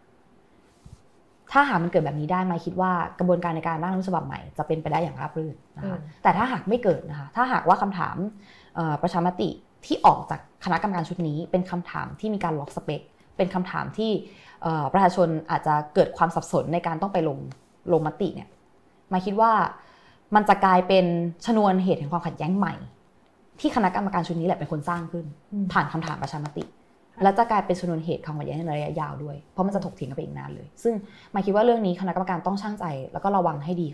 ถ้าหากมันเกิดแบบนี้ได้มาคิดว่ากระบวนการในการร่างรัฐธรรมนูญฉบับใหม่จะเป็นไปได้อย่างราบรื่นนะคะแต่ถ้าหากไม่เกิดนะคะถ้าหากว่าคำถามประชามติที่ออกจากคณะกรรมการชุดนี้เป็นคำถามที่มีการล็อกสเปคเป็นคำถามที่ประชาชนอาจจะเกิดความสับสนในการต้องไปลงลงมติเนี่ยมาคิดว่ามันจะกลายเป็นชนวนเหตุแห่งความขัดแย้งใหม่ที่คณะกรรมการชุดนี้แหละเป็นคนสร้างขึ้นผ่านคำถามประชามติและจะกลายเป็นชนวนเหตุความขัดแย้งในระยะยาวด้วยเพราะมันจะถกเถียงกันไปอีกนานเลยซึ่งมาคิดว่าเรื่องนี้คณะกรรมการต้องชั่งใจแล้วก็ระวังให้ดีค่ะ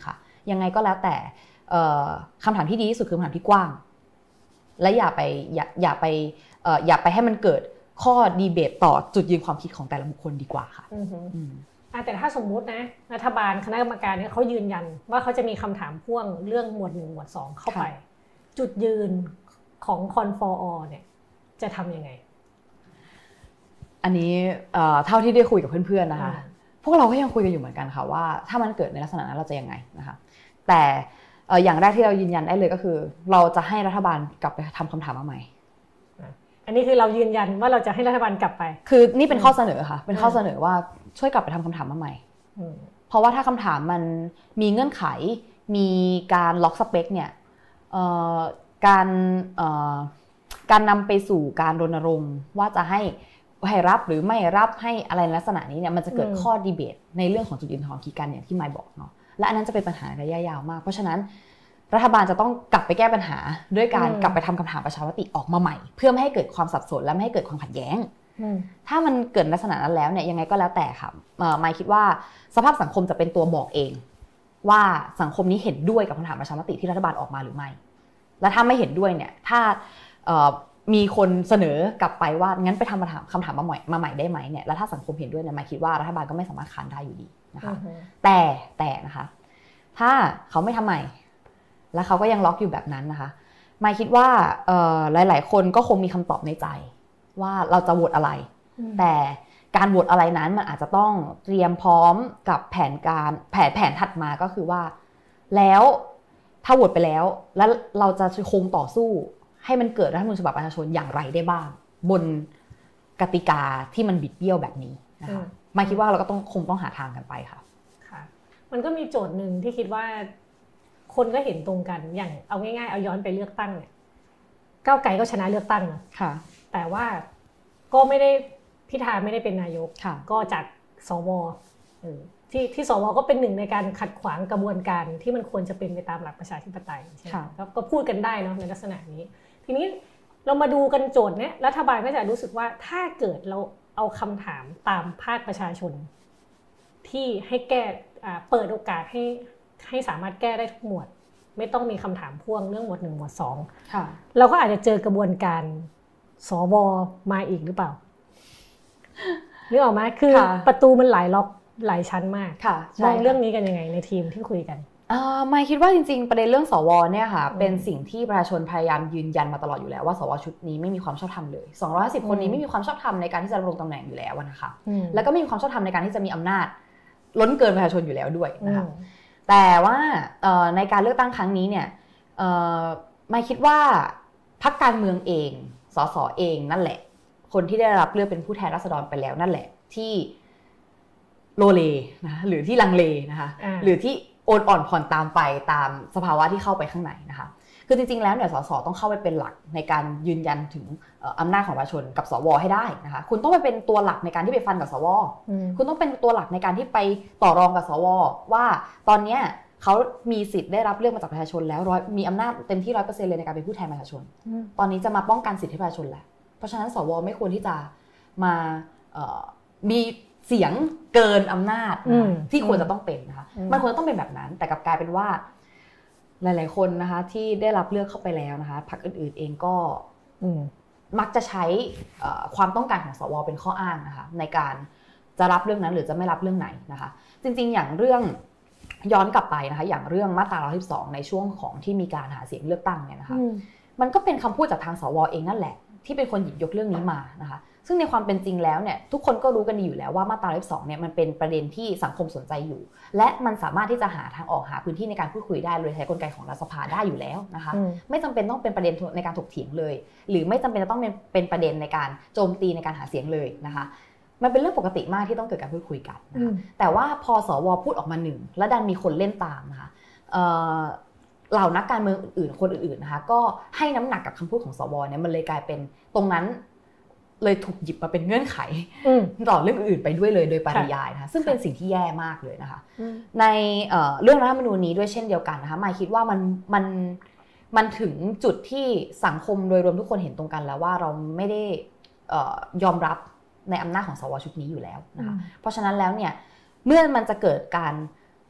ยังไงก็แล้วแต่คำถามที่ดีที่สุดคือคำถามที่กว้างและอย่าไปอย่าอย่าไปอย่าไปให้มันเกิดข้อดีเบตต่อจุดยืนความคิดของแต่ละบุคคลดีกว่าค่ะแต่ถ้าสมมุตินะรัฐบาลคณะกรรมการเนี่ยเขายืนยันว่าเขาจะมีคำถามพ่วงเรื่องหมวดหนึ่งหมวดสองเข้าไปจุดยืนของคอนฟอร์อเนี่ยจะทำยังไงอันนี้เท่าที่ได้คุยกับเพื่อนๆนะคะพวกเราก็ยังคุยกันอยู่เหมือนกันค่ะว่าถ้ามันเกิดในลักษณะนั้นเราจะยังไงนะคะแต่อย่างแรกที่เรายืนยันได้เลยก็คือเราจะให้รัฐบาลกลับไปทำคำถามมาใหม่อันนี้คือเรายืนยันว่าเราจะให้รัฐบาลกลับไปคือนี่เป็นข้อเสนอค่ะเป็นข้อเสนอว่าช่วยกลับไปทำคำถามมาใหม่เพราะว่าถ้าคำถามมันมีเงื่อนไขมีการล็อกสเปคเนี่ยการการนำไปสู่การรณรงค์ว่าจะให้ให้รับหรือไม่รับให้อะไรลักษณะนี้เนี่ยมันจะเกิดข้อดีเบตในเรื่องของจุดยืนทางความคิดกันอย่างที่ไมค์บอกเนาะและอันนั้นจะเป็นปัญหาระยะยาวมากเพราะฉะนั้นรัฐบาลจะต้องกลับไปแก้ปัญหาด้วยการกลับไปทำคำถามประชามติออกมาใหม่เพื่อไม่ให้เกิดความสับสนและไม่ให้เกิดความขัดแย้งถ้ามันเกิดลักษณะนั้นแล้วเนี่ยยังไงก็แล้วแต่ค่ะไมค์คิดว่าสภาพสังคมจะเป็นตัวบอกเองว่าสังคมนี้เห็นด้วยกับคำถามประชามติที่รัฐบาลออกมาหรือไม่และถ้าไม่เห็นด้วยเนี่ยถ้ามีคนเสนอกลับไปว่างั้นไปทำคำถามคำถามมาใหม่มาใหม่ได้ไหมเนี่ยแล้วถ้าสังคมเห็นด้วยเนี่ยไมค์คิดว่ารัฐบาลก็ไม่สามารถค้านได้อยู่ดีนะคะแต่แต่นะคะถ้าเขาไม่ทำใหม่แล้วเขาก็ยังล็อกอยู่แบบนั้นนะคะไมค์คิดว่าหลายๆคนก็คงมีคำตอบในใจว่าเราจะโหวตอะไรแต่การโหวตอะไรนั้นมันอาจจะต้องเตรียมพร้อมกับแผนการแผนแผนถัดมาก็คือว่าแล้วถ้าโหวตไปแล้วแล้วเราจะคงต่อสู้ให้มันเกิดรัฐธรรมนูญฉบับประชาชนอย่างไรได้บ้างบนกติกาที่มันบิดเบี้ยวแบบนี้นะคะไมค์คิดว่าเราก็ต้องคงต้องหาทางกันไปค่ะค่ะมันก็มีโจทย์หนึ่งที่คิดว่าคนก็เห็นตรงกันอย่างเอาง่ายๆเอาย้อนไปเลือกตั้งเนี่ยก้าวไกลก็ชนะเลือกตั้งเนาะแต่ว่าก็ไม่ได้พิธาไม่ได้เป็นนายกก็จากสวที่ที่สวก็เป็นหนึ่งในการขัดขวางกระบวนการที่มันควรจะเป็นไปตามหลักประชาธิปไตยใช่ไหมก็พูดกันได้เนาะในลักษณะนี้ทีนี้เรามาดูกันโจทย์เนี้ยรัฐบาลก็จะรู้สึกว่าถ้าเกิดเราเอาคำถามตามภาคประชาชนที่ให้แก้เปิดโอกาสให้ให้สามารถแก้ได้ทุกหมวดไม่ต้องมีคำถามพ่วงเรื่องหมวดหนึ่งหมวดสองเราก็อาจจะเจอกระบวนการสวมาอีกหรือเปล่านึกออกไหมคือประตูมันหลายล็อกหลายชั้นมากมองเรื่องนี้กันยังไงในทีมที่คุยกันไม่คิดว่าจริงๆประเด็นเรื่องสวเนี่ยค่ะเป็นสิ่งที่ประชาชนพยายามยืนยันมาตลอดอยู่แล้วว่าสวชุดนี้ไม่มีความชอบธรรมเลยสองร้อยห้าสิบคนนี้ไม่มีความชอบธรรมในการที่จะดำรงตำแหน่งอยู่แล้วนะคะแล้วก็ไม่มีความชอบธรรมในการที่จะมีอำนาจล้นเกินประชาชนอยู่แล้วด้วยนะคะแต่ว่าในการเลือกตั้งครั้งนี้เนี่ยไม่คิดว่าพรรคการเมืองเองสสเองนั่นแหละคนที่ได้รับเลือกเป็นผู้แทนราษฎรไปแล้วนั่นแหละที่โลเลนะหรือที่ลังเลนะคะหรือที่โอนอ่อนผ่อนตามไปตามสภาวะที่เข้าไปข้างในนะคะคือจริงๆแล้วเนี่ยสสต้องเข้าไปเป็นหลักในการยืนยันถึงอำนาจของประชาชนกับสวให้ได้นะคะคุณต้องไปเป็นตัวหลักในการที่ไปฟันกับสวคุณต้องเป็นตัวหลักในการที่ไปต่อรองกับสวว่าตอนนี้เขามีสิทธิ์ได้รับเลือกมาจากประชาชนแล้วมีอำนาจเต็มที่ ร้อยเปอร์เซ็นต์ เลยในการเป็นผู้แทนประชาชนตอนนี้จะมาป้องกันสิทธิประชาชนแล้วเพราะฉะนั้นสวไม่ควรที่จะมามีเสียงเกินอำนาจที่ควรจะต้องเป็นนะคะมันควรจะต้องเป็นแบบนั้นแต่กลับกลายเป็นว่าหลายๆคนนะคะที่ได้รับเลือกเข้าไปแล้วนะคะพรรคอื่นๆเองก็มักจะใช้ความต้องการของสวเป็นข้ออ้างนะคะในการจะรับเรื่องนั้นหรือจะไม่รับเรื่องไหนนะคะจริงๆอย่างเรื่องย้อนกลับไปนะคะอย่างเรื่องมาตราหนึ่งร้อยสิบสองในช่วงของที่มีการหาเสียงเลือกตั้งเนี่ยนะคะมันก็เป็นคำพูดจากทางสวเองนั่นแหละที่เป็นคนหยิบยกเรื่องนี้มานะคะซึ่งในความเป็นจริงแล้วเนี่ยทุกคนก็รู้กันดีอยู่แล้วว่ามาตราหนึ่งร้อยสิบสองเนี่ยมันเป็นประเด็นที่สังคมสนใจอยู่และมันสามารถที่จะหาทางออกหาพื้นที่ในการพูดคุยได้โดยใช้กลไกของรัฐสภาได้อยู่แล้วนะคะไม่จำเป็นต้องเป็นประเด็นในการถกเถียงเลยหรือไม่จำเป็นจะต้องเป็นประเด็นในการโจมตีในการหาเสียงเลยนะคะมันเป็นเรื่องปกติมากที่ต้องเกิดการพูดคุยกันนะคะแต่ว่าพอสวพูดออกมาหนึ่งแล้วดันมีคนเล่นตามนะคะเหล่านักการเมืองอื่นๆคนอื่นๆนะคะก็ให้น้ำหนักกับคำพูดของสวเนี่ยมันเลยกลายเป็นตรงนั้นเลยถูกหยิบมาเป็นเงื่อนไขต่อเรื่องอื่นไปด้วยเลยโดยปริยายนะคะซึ่งเป็นสิ่งที่แย่มากเลยนะคะในเรื่องรัฐธรรมนูญนี้ด้วยเช่นเดียวกันนะคะหมายคิดว่ามันมันมันถึงจุดที่สังคมโดยรวมทุกคนเห็นตรงกันแล้วว่าเราไม่ได้ยอมรับในอำนาจของสวชุดนี้อยู่แล้วนะคะเพราะฉะนั้นแล้วเนี่ยเมื่อมันจะเกิดการ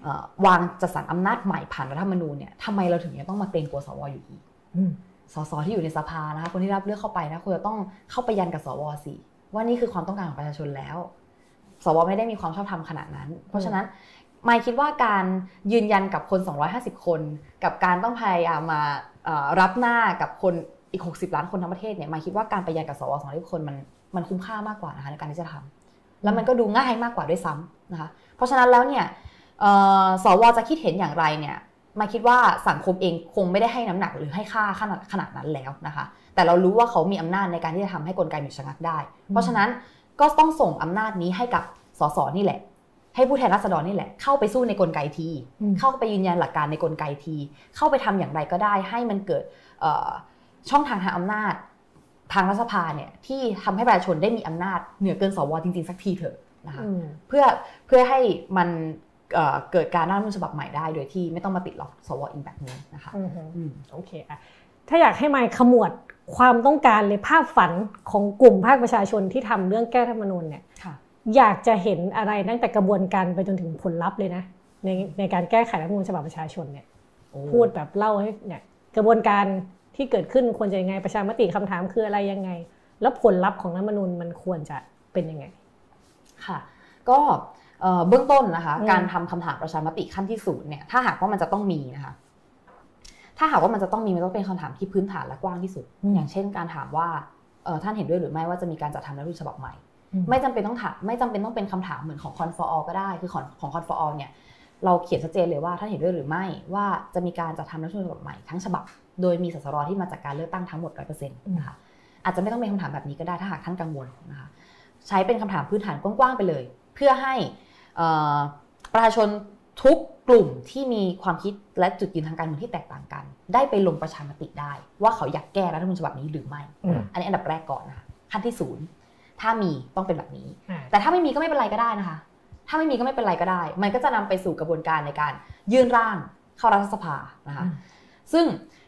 วางจัดสรรอำนาจใหม่ผ่านรัฐธรรมนูญเนี่ยทำไมเราถึงยังต้องมาเกรงกลัวสวอยู่อีกสสที่อยู่ในสภานะคะคนที่รับเลือกเข้าไปนะควรจะต้องเข้าไปยันกับสวสิว่านี่คือความต้องการของประชาชนแล้วสวไม่ได้มีความชอบธรรมขนาดนั้นเพราะฉะนั้นไม่คิดว่าการยืนยันกับคนสองร้อยห้าสิบคนกับการต้องพยายามมารับหน้ากับคนอีกหกสิบล้านคนทั้งประเทศเนี่ยไม่คิดว่าการไปยันกับสวสองร้อยคนมันมันคุ้มค่ามากกว่านะคะในการที่จะทำแล้วมันก็ดูง่ายมากกว่าด้วยซ้ำนะคะเพราะฉะนั้นแล้วเนี่ยสวจะคิดเห็นอย่างไรเนี่ยมาคิดว่าสังคมเองคงไม่ได้ให้น้ำหนักหรือให้ค่าขนาดขนาดนั้นแล้วนะคะแต่เรารู้ว่าเขามีอำนาจในการที่จะทำให้กลไกหยุดชะงักได้เพราะฉะนั้นก็ต้องส่งอำนาจนี้ให้กับสสนี่แหละให้ผู้แทนราษฎรนี่แหละเข้าไปสู้ในกลไกทีเข้าไปยืนยันหลักการในกลไกทีเข้าไปทำอย่างไรก็ได้ให้มันเกิดช่องทางทางอำนาจทางรัฐสภาเนี่ยที่ทำให้ประชาชนได้มีอำนาจเหนือเกินสวจริงๆสักทีเถอะนะคะเพื่อเพื่อให้มันเกิดการร่างรัฐธรรมนูญฉบับใหม่ได้โดยที่ไม่ต้องมาติดล็อกสวอีกแบบนี้นะคะโอเคอ่ะถ้าอยากให้มายขมวดความต้องการเลยภาพฝันของกลุ่มภาคประชาชนที่ทำเรื่องแก้รัฐธรรมนูญเนี่ยอยากจะเห็นอะไรตั้งแต่กระบวนการไปจนถึงผลลัพธ์เลยนะในในการแก้ไขรัฐธรรมนูญฉบับประชาชนเนี่ยพูดแบบเล่าให้เนี่ยกระบวนการที่เกิดขึ้นควรจะยังไงประชามติคำถามคืออะไรยังไงแล้วผลลัพธ์ของรัฐธรรมนูญมันควรจะเป็นยังไงค่ะก็เบื้องต้นนะคะการทำคำถามประชามติขั้นที่ศูนย์เนี่ยถ้าหากว่ามันจะต้องมีนะคะถ้าหากว่ามันจะต้องมีมันต้องเป็นคำถามที่พื้นฐานและกว้างที่สุดอย่างเช่นการถามว่าท่านเห็นด้วยหรือไม่ว่าจะมีการจัดทำรัฐธรรมนูญฉบับใหม่ไม่จำเป็นต้องถามไม่จำเป็นต้องเป็นคำถามเหมือนของคอนฟอร์ก็ได้คือของของคอนฟอร์เนี่ยเราเขียนชัดเจนเลยว่าท่านเห็นด้วยหรือไม่ว่าจะมีการจัดทำรัฐธรรมนูญฉบับใหม่ทั้งฉบับโดยมีสสรที่มาจากการเลือกตั้งทั้งหมด ร้อยเปอร์เซ็นต์ นะคะอาจจะไม่ต้องเป็นคำถามแบบนี้ก็ได้ถ้าหากท่านกังวลนะคะใช้เป็นคำถามพื้นฐานกว้างๆไปเลยเพื่อให้ประชาชนทุกกลุ่มที่มีความคิดและจุดยืนทางการเมืองที่แตกต่างกันได้ไปลงประชามติได้ว่าเขาอยากแก้รัฐธรรมนูญฉบับนี้หรือไม่อันนี้อันดับแรกก่อนนะคะขั้นที่ศูนย์ถ้ามีต้องเป็นแบบนี้แต่ถ้าไม่มีก็ไม่เป็นไรก็ได้นะคะถ้าไม่มีก็ไม่เป็นไรก็ได้มันก็จะนำไปสู่กระบวนการในการยื่นร่างเข้ารัฐสภานะคะซึ่ง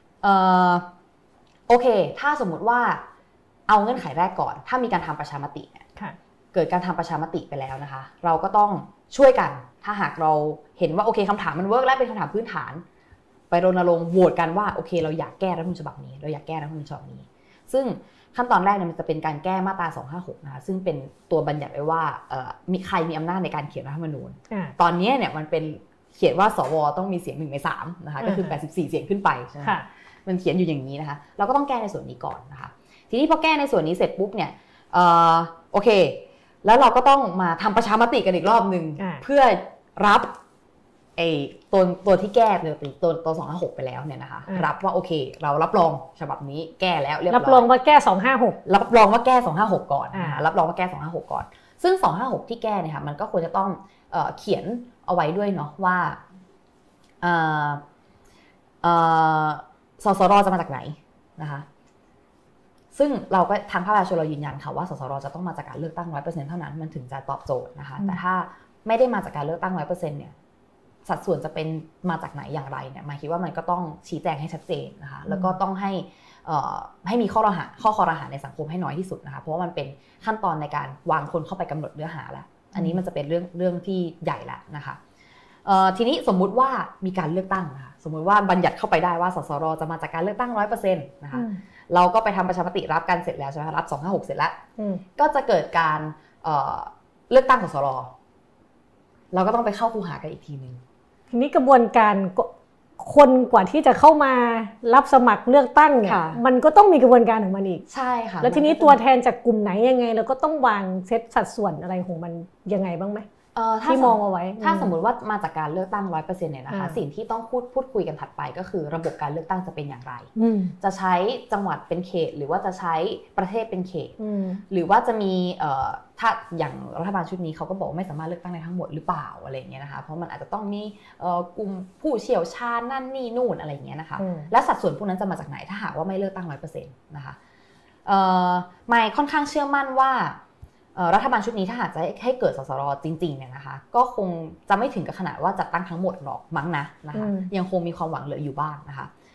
โอเคถ้าสมมุติว่าเอาเงื่อนไขแรกก่อนถ้ามีการทำประชามติเกิดการทำประชามติไปแล้วนะคะเราก็ต้องช่วยกันถ้าหากเราเห็นว่าโอเคคำถามมันเวิร์กและเป็นคำถามพื้นฐานไปรณรงค์โหวตกันว่าโอเคเราอยากแก้รัฐธรรมนูญฉบับนี้เราอยากแก้รัฐธรรมนูญฉบับนี้ซึ่งขั้นตอนแรกเนี่ยมันจะเป็นการแก้มาตราสองห้าหกนะคะซึ่งเป็นตัวบัญญัติไว้ว่ามีใครมีอำนาจในการเขียนรัฐธรรมนูญตอนนี้เนี่ยมันเป็นเขียนว่าสวต้องมีเสียงหนึ่งในสามนะคะก็คือแปดสิบสี่เสียงขึ้นไปใช่ไหมมันเขียนอยู่อย่างนี้นะคะเราก็ต้องแก้ในส่วนนี้ก่อนนะคะทีนี้พอแก้ในส่วนนี้เสร็จปุ๊บเนี่ยโอเคแล้วเราก็ต้องมาทำประชามติกันอีกรอบนึงเพื่อรับไอ้ตัวตัวที่แก้หรือตัวตัวสองห้าหกไปแล้วเนี่ยนะคะรับว่าโอเคเรารับรองฉบับนี้แก้แล้วเรียบร้อยรับรองว่าแก้สองห้าหกรับรองว่าแก้สองห้าหกก่อนนะคะรับรองว่าแก้สองห้าหกก่อนซึ่งสองห้าหกที่แก้เนี่ยค่ะมันก็ควรจะต้องเอ่อเขียนเอาไว้ด้วยเนาะว่าเอ่อเอ่อสสรจะมาจากไหนนะคะซึ่งเราก็ทางภาคประชาชนเรายืนยันค่ะว่าสสรจะต้องมาจากการเลือกตั้ง ร้อยเปอร์เซ็นต์ เท่านั้นมันถึงจะตอบโจทย์นะคะแต่ถ้าไม่ได้มาจากการเลือกตั้ง ร้อยเปอร์เซ็นต์ เนี่ยสัดส่วนจะเป็นมาจากไหนอย่างไรเนี่ยหมายคิดว่ามันก็ต้องชี้แจงให้ชัดเจนนะคะแล้วก็ต้องให้ให้มีข้อรหาข้อคอรหาในสังคมให้น้อยที่สุดนะคะเพราะว่ามันเป็นขั้นตอนในการวางคนเข้าไปกำหนดเนื้อหาแล้วอันนี้มันจะเป็นเรื่องเรื่องที่ใหญ่แล้วนะคะทีนี้สมมุติว่ามีการเลือกตั้งนะคะสมมุติว่าบัญญัติเข้าไปได้ว่าสสรจะมาจากการเลือกตั้ง ร้อยเปอร์เซ็นต์ นะคะเราก็ไปทำประชามติรับกันเสร็จแล้วใช่ไหมคะรับสองห้าหกเสร็จแล้วก็จะเกิดการเอ่อเลือกตั้งสสรเราก็ต้องไปเข้าคูหากันอีกทีนึงทีนี้กระบวนการคนกว่าที่จะเข้ามารับสมัครเลือกตั้งเนี่ยมันก็ต้องมีกระบวนการของมันอีกใช่ค่ะแล้วทีนี้ตัวแทนจากกลุ่มไหนยังไงเราก็ต้องวางเซตสัดส่วนอะไรของมันยังไงบ้างไหมที่มองเอาไว้ถ้าสมมุติว่ามาจากการเลือกตั้ง ร้อยเปอร์เซ็นต์ เนี่ยนะคะสิ่งที่ต้องพูดพูดคุยกันถัดไปก็คือระบบการเลือกตั้งจะเป็นอย่างไรจะใช้จังหวัดเป็นเขตหรือว่าจะใช้ประเทศเป็นเขตหรือว่าจะมีถ้าอย่างรัฐบาลชุดนี้เขาก็บอกไม่สามารถเลือกตั้งได้ทั้งหมดหรือเปล่าอะไรอย่างเงี้ยนะคะเพราะมันอาจจะต้องมีกลุ่มผู้เชี่ยวชาญนั่นนี่นู่นอะไรอย่างเงี้ยนะคะและสัดส่วนพวกนั้นจะมาจากไหนถ้าหากว่าไม่เลือกตั้ง ร้อยเปอร์เซ็นต์ นะคะไม่ค่อนข้างเชื่อมั่นว่ารัฐบาลชุดนี้ถ้าหากจะให้เกิดสสรจริงๆเนี่ยนะคะก็คงจะไม่ถึงกับขนาดว่าจัดตั้งทั้งหมดหรอกมั้งนะนะคะยังคงมีความหวังเหลืออยู่บ้างนะคะ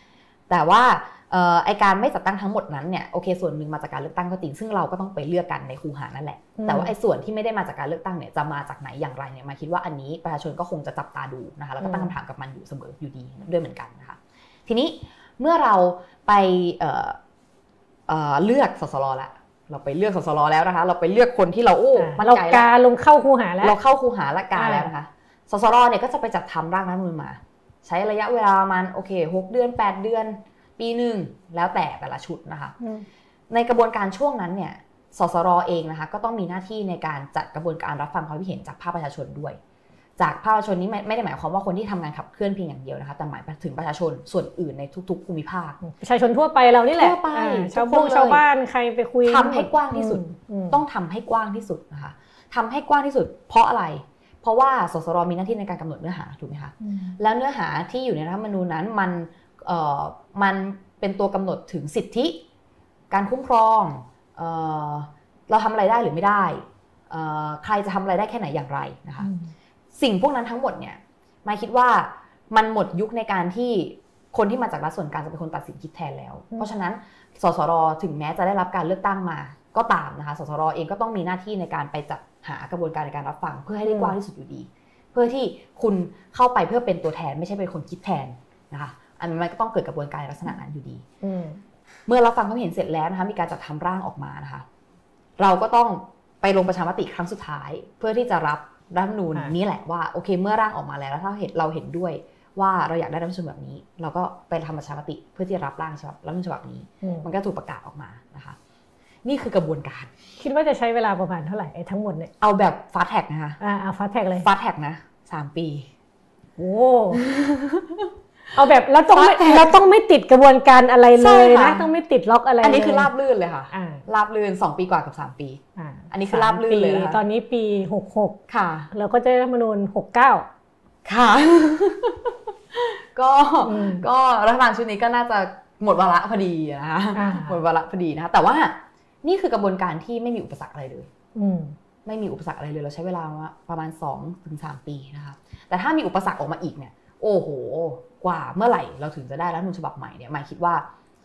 แต่ว่าไอการไม่จัดตั้งทั้งหมดนั้นเนี่ยโอเคส่วนหนึ่งมาจากการเลือกตั้งก็จริงซึ่งเราก็ต้องไปเลือกกันในคูหานั่นแหละแต่ว่าไอส่วนที่ไม่ได้มาจากการเลือกตั้งเนี่ยจะมาจากไหนอย่างไรเนี่ยมาคิดว่าอันนี้ประชาชนก็คงจะจับตาดูนะคะแล้วก็ตั้งคำถามกับมันอยู่เสมออยู่ดีด้วยเหมือนกันนะคะทีนี้เมื่อเราไปเอ่อเอ่อเลือกสสรละเราไปเลือกสสรแล้วนะคะเราไปเลือกคนที่เราโอ้มั่นใจแล้วเราการลงเข้าคูหาแล้วเราเข้าคูหาละการแล้วนะคะสสรเนี่ยก็จะไปจัดทำร่างรัฐธรรมนูญมาใช้ระยะเวลาประมาณโอเคหกเดือนแปดเดือนปีหนึ่งแล้วแต่แต่ละชุดนะคะในกระบวนการช่วงนั้นเนี่ยสสรเองนะคะก็ต้องมีหน้าที่ในการจัดกระบวนการรับฟังความคิดเห็นจากภาคประชาชนด้วยจากภาคประชาชนนี้ไม่ไม่ได้หมายความว่าคนที่ทำงานขับเคลื่อนเพียงอย่างเดียวนะคะแต่หมายถึงประชาชนส่วนอื่นในทุกๆภูมิภาคประชาชนทั่วไปเรานี่แหละทั่วไปชาวบ้านชาวบ้านใครไปคุยทำให้กว้างที่สุดต้องทำให้กว้างที่สุดนะคะทำให้กว้างที่สุดเพราะอะไรเพราะว่าสสรมีหน้าที่ในการกำหนดเนื้อหาถูกไหมคะแล้วเนื้อหาที่อยู่ในรัฐธรรมนูญนั้นมันเอ่อมันเป็นตัวกำหนดถึงสิทธิการคุ้มครองเอ่อเราทำอะไรได้หรือไม่ได้เอ่อใครจะทำอะไรได้แค่ไหนอย่างไรนะคะสิ่งพวกนั้นทั้งหมดเนี่ยมายคิดว่ามันหมดยุคในการที่คนที่มาจากรัฐส่วนกลางจะเป็นคนตัดสินคิดแทนแล้วเพราะฉะนั้นสสรถึงแม้จะได้รับการเลือกตั้งมาก็ตามนะคะสสรเองก็ต้องมีหน้าที่ในการไปจัดหากระบวนการในการรับฟังเพื่อให้ได้กว้างที่สุดอยู่ดีเพื่อที่คุณเข้าไปเพื่อเป็นตัวแทนไม่ใช่เป็นคนคิดแทนนะคะอันนั้นก็ต้องเกิดกระบวนการลักษณะนั้นอยู่ดีเมื่อเราฟังความเห็นเสร็จแล้วนะคะมีการจัดทำร่างออกมานะคะเราก็ต้องไปลงประชามติครั้งสุดท้ายเพื่อที่จะรับรัฐธรรมนูญนี้แหละว่าโอเคเมื่อร่างออกมาแล้วแล้วถ้าเห็นเราเห็นด้วยว่าเราอยากได้รัฐธรรมนูญแบบนี้เราก็ไปทำประชามติเพื่อที่จะรับร่างฉบับรัฐธรรมนูญฉบับนี้มันก็ถูกประกาศออกมานะคะนี่คือกระบวนการคิดว่าจะใช้เวลาประมาณเท่าไหร่ไอ้ทั้งหมดเนี่ยเอาแบบฟาสต์แท็กนะคะอ่าเอาฟาสต์แท็กเลยฟาสต์แท็กนะสามปีโอ้เอาแบบเราต้องเราต้องไม่ติดกระบวนการอะไรเลยนะต้องไม่ติดล็อกอะไรอันนี้คือราบลื่นเลยค่ะราบลื่นสองปีกว่ากับสามปีอันนี้คือราบลื่นเลยตอนนี้ปีหกสิบหกค่ะแล้วก็จะรัฐธรรมนูญหกสิบเก้าค่ะก็ก็รัฐบาลชุดนี้ก็น่าจะหมดวาระพอดีนะคะหมดวาระพอดีนะคะแต่ว่านี่คือกระบวนการที่ไม่มีอุปสรรคอะไรเลยไม่มีอุปสรรคอะไรเลยเราใช้เวลาประมาณ สองถึงสาม ปีนะคะแต่ถ้ามีอุปสรรคออกมาอีกเนี่ยโอ้โหกว่าเมื่อไหร่เราถึงจะได้รัฐธรรมนูญฉบับใหม่เนี่ยหมายคิดว่า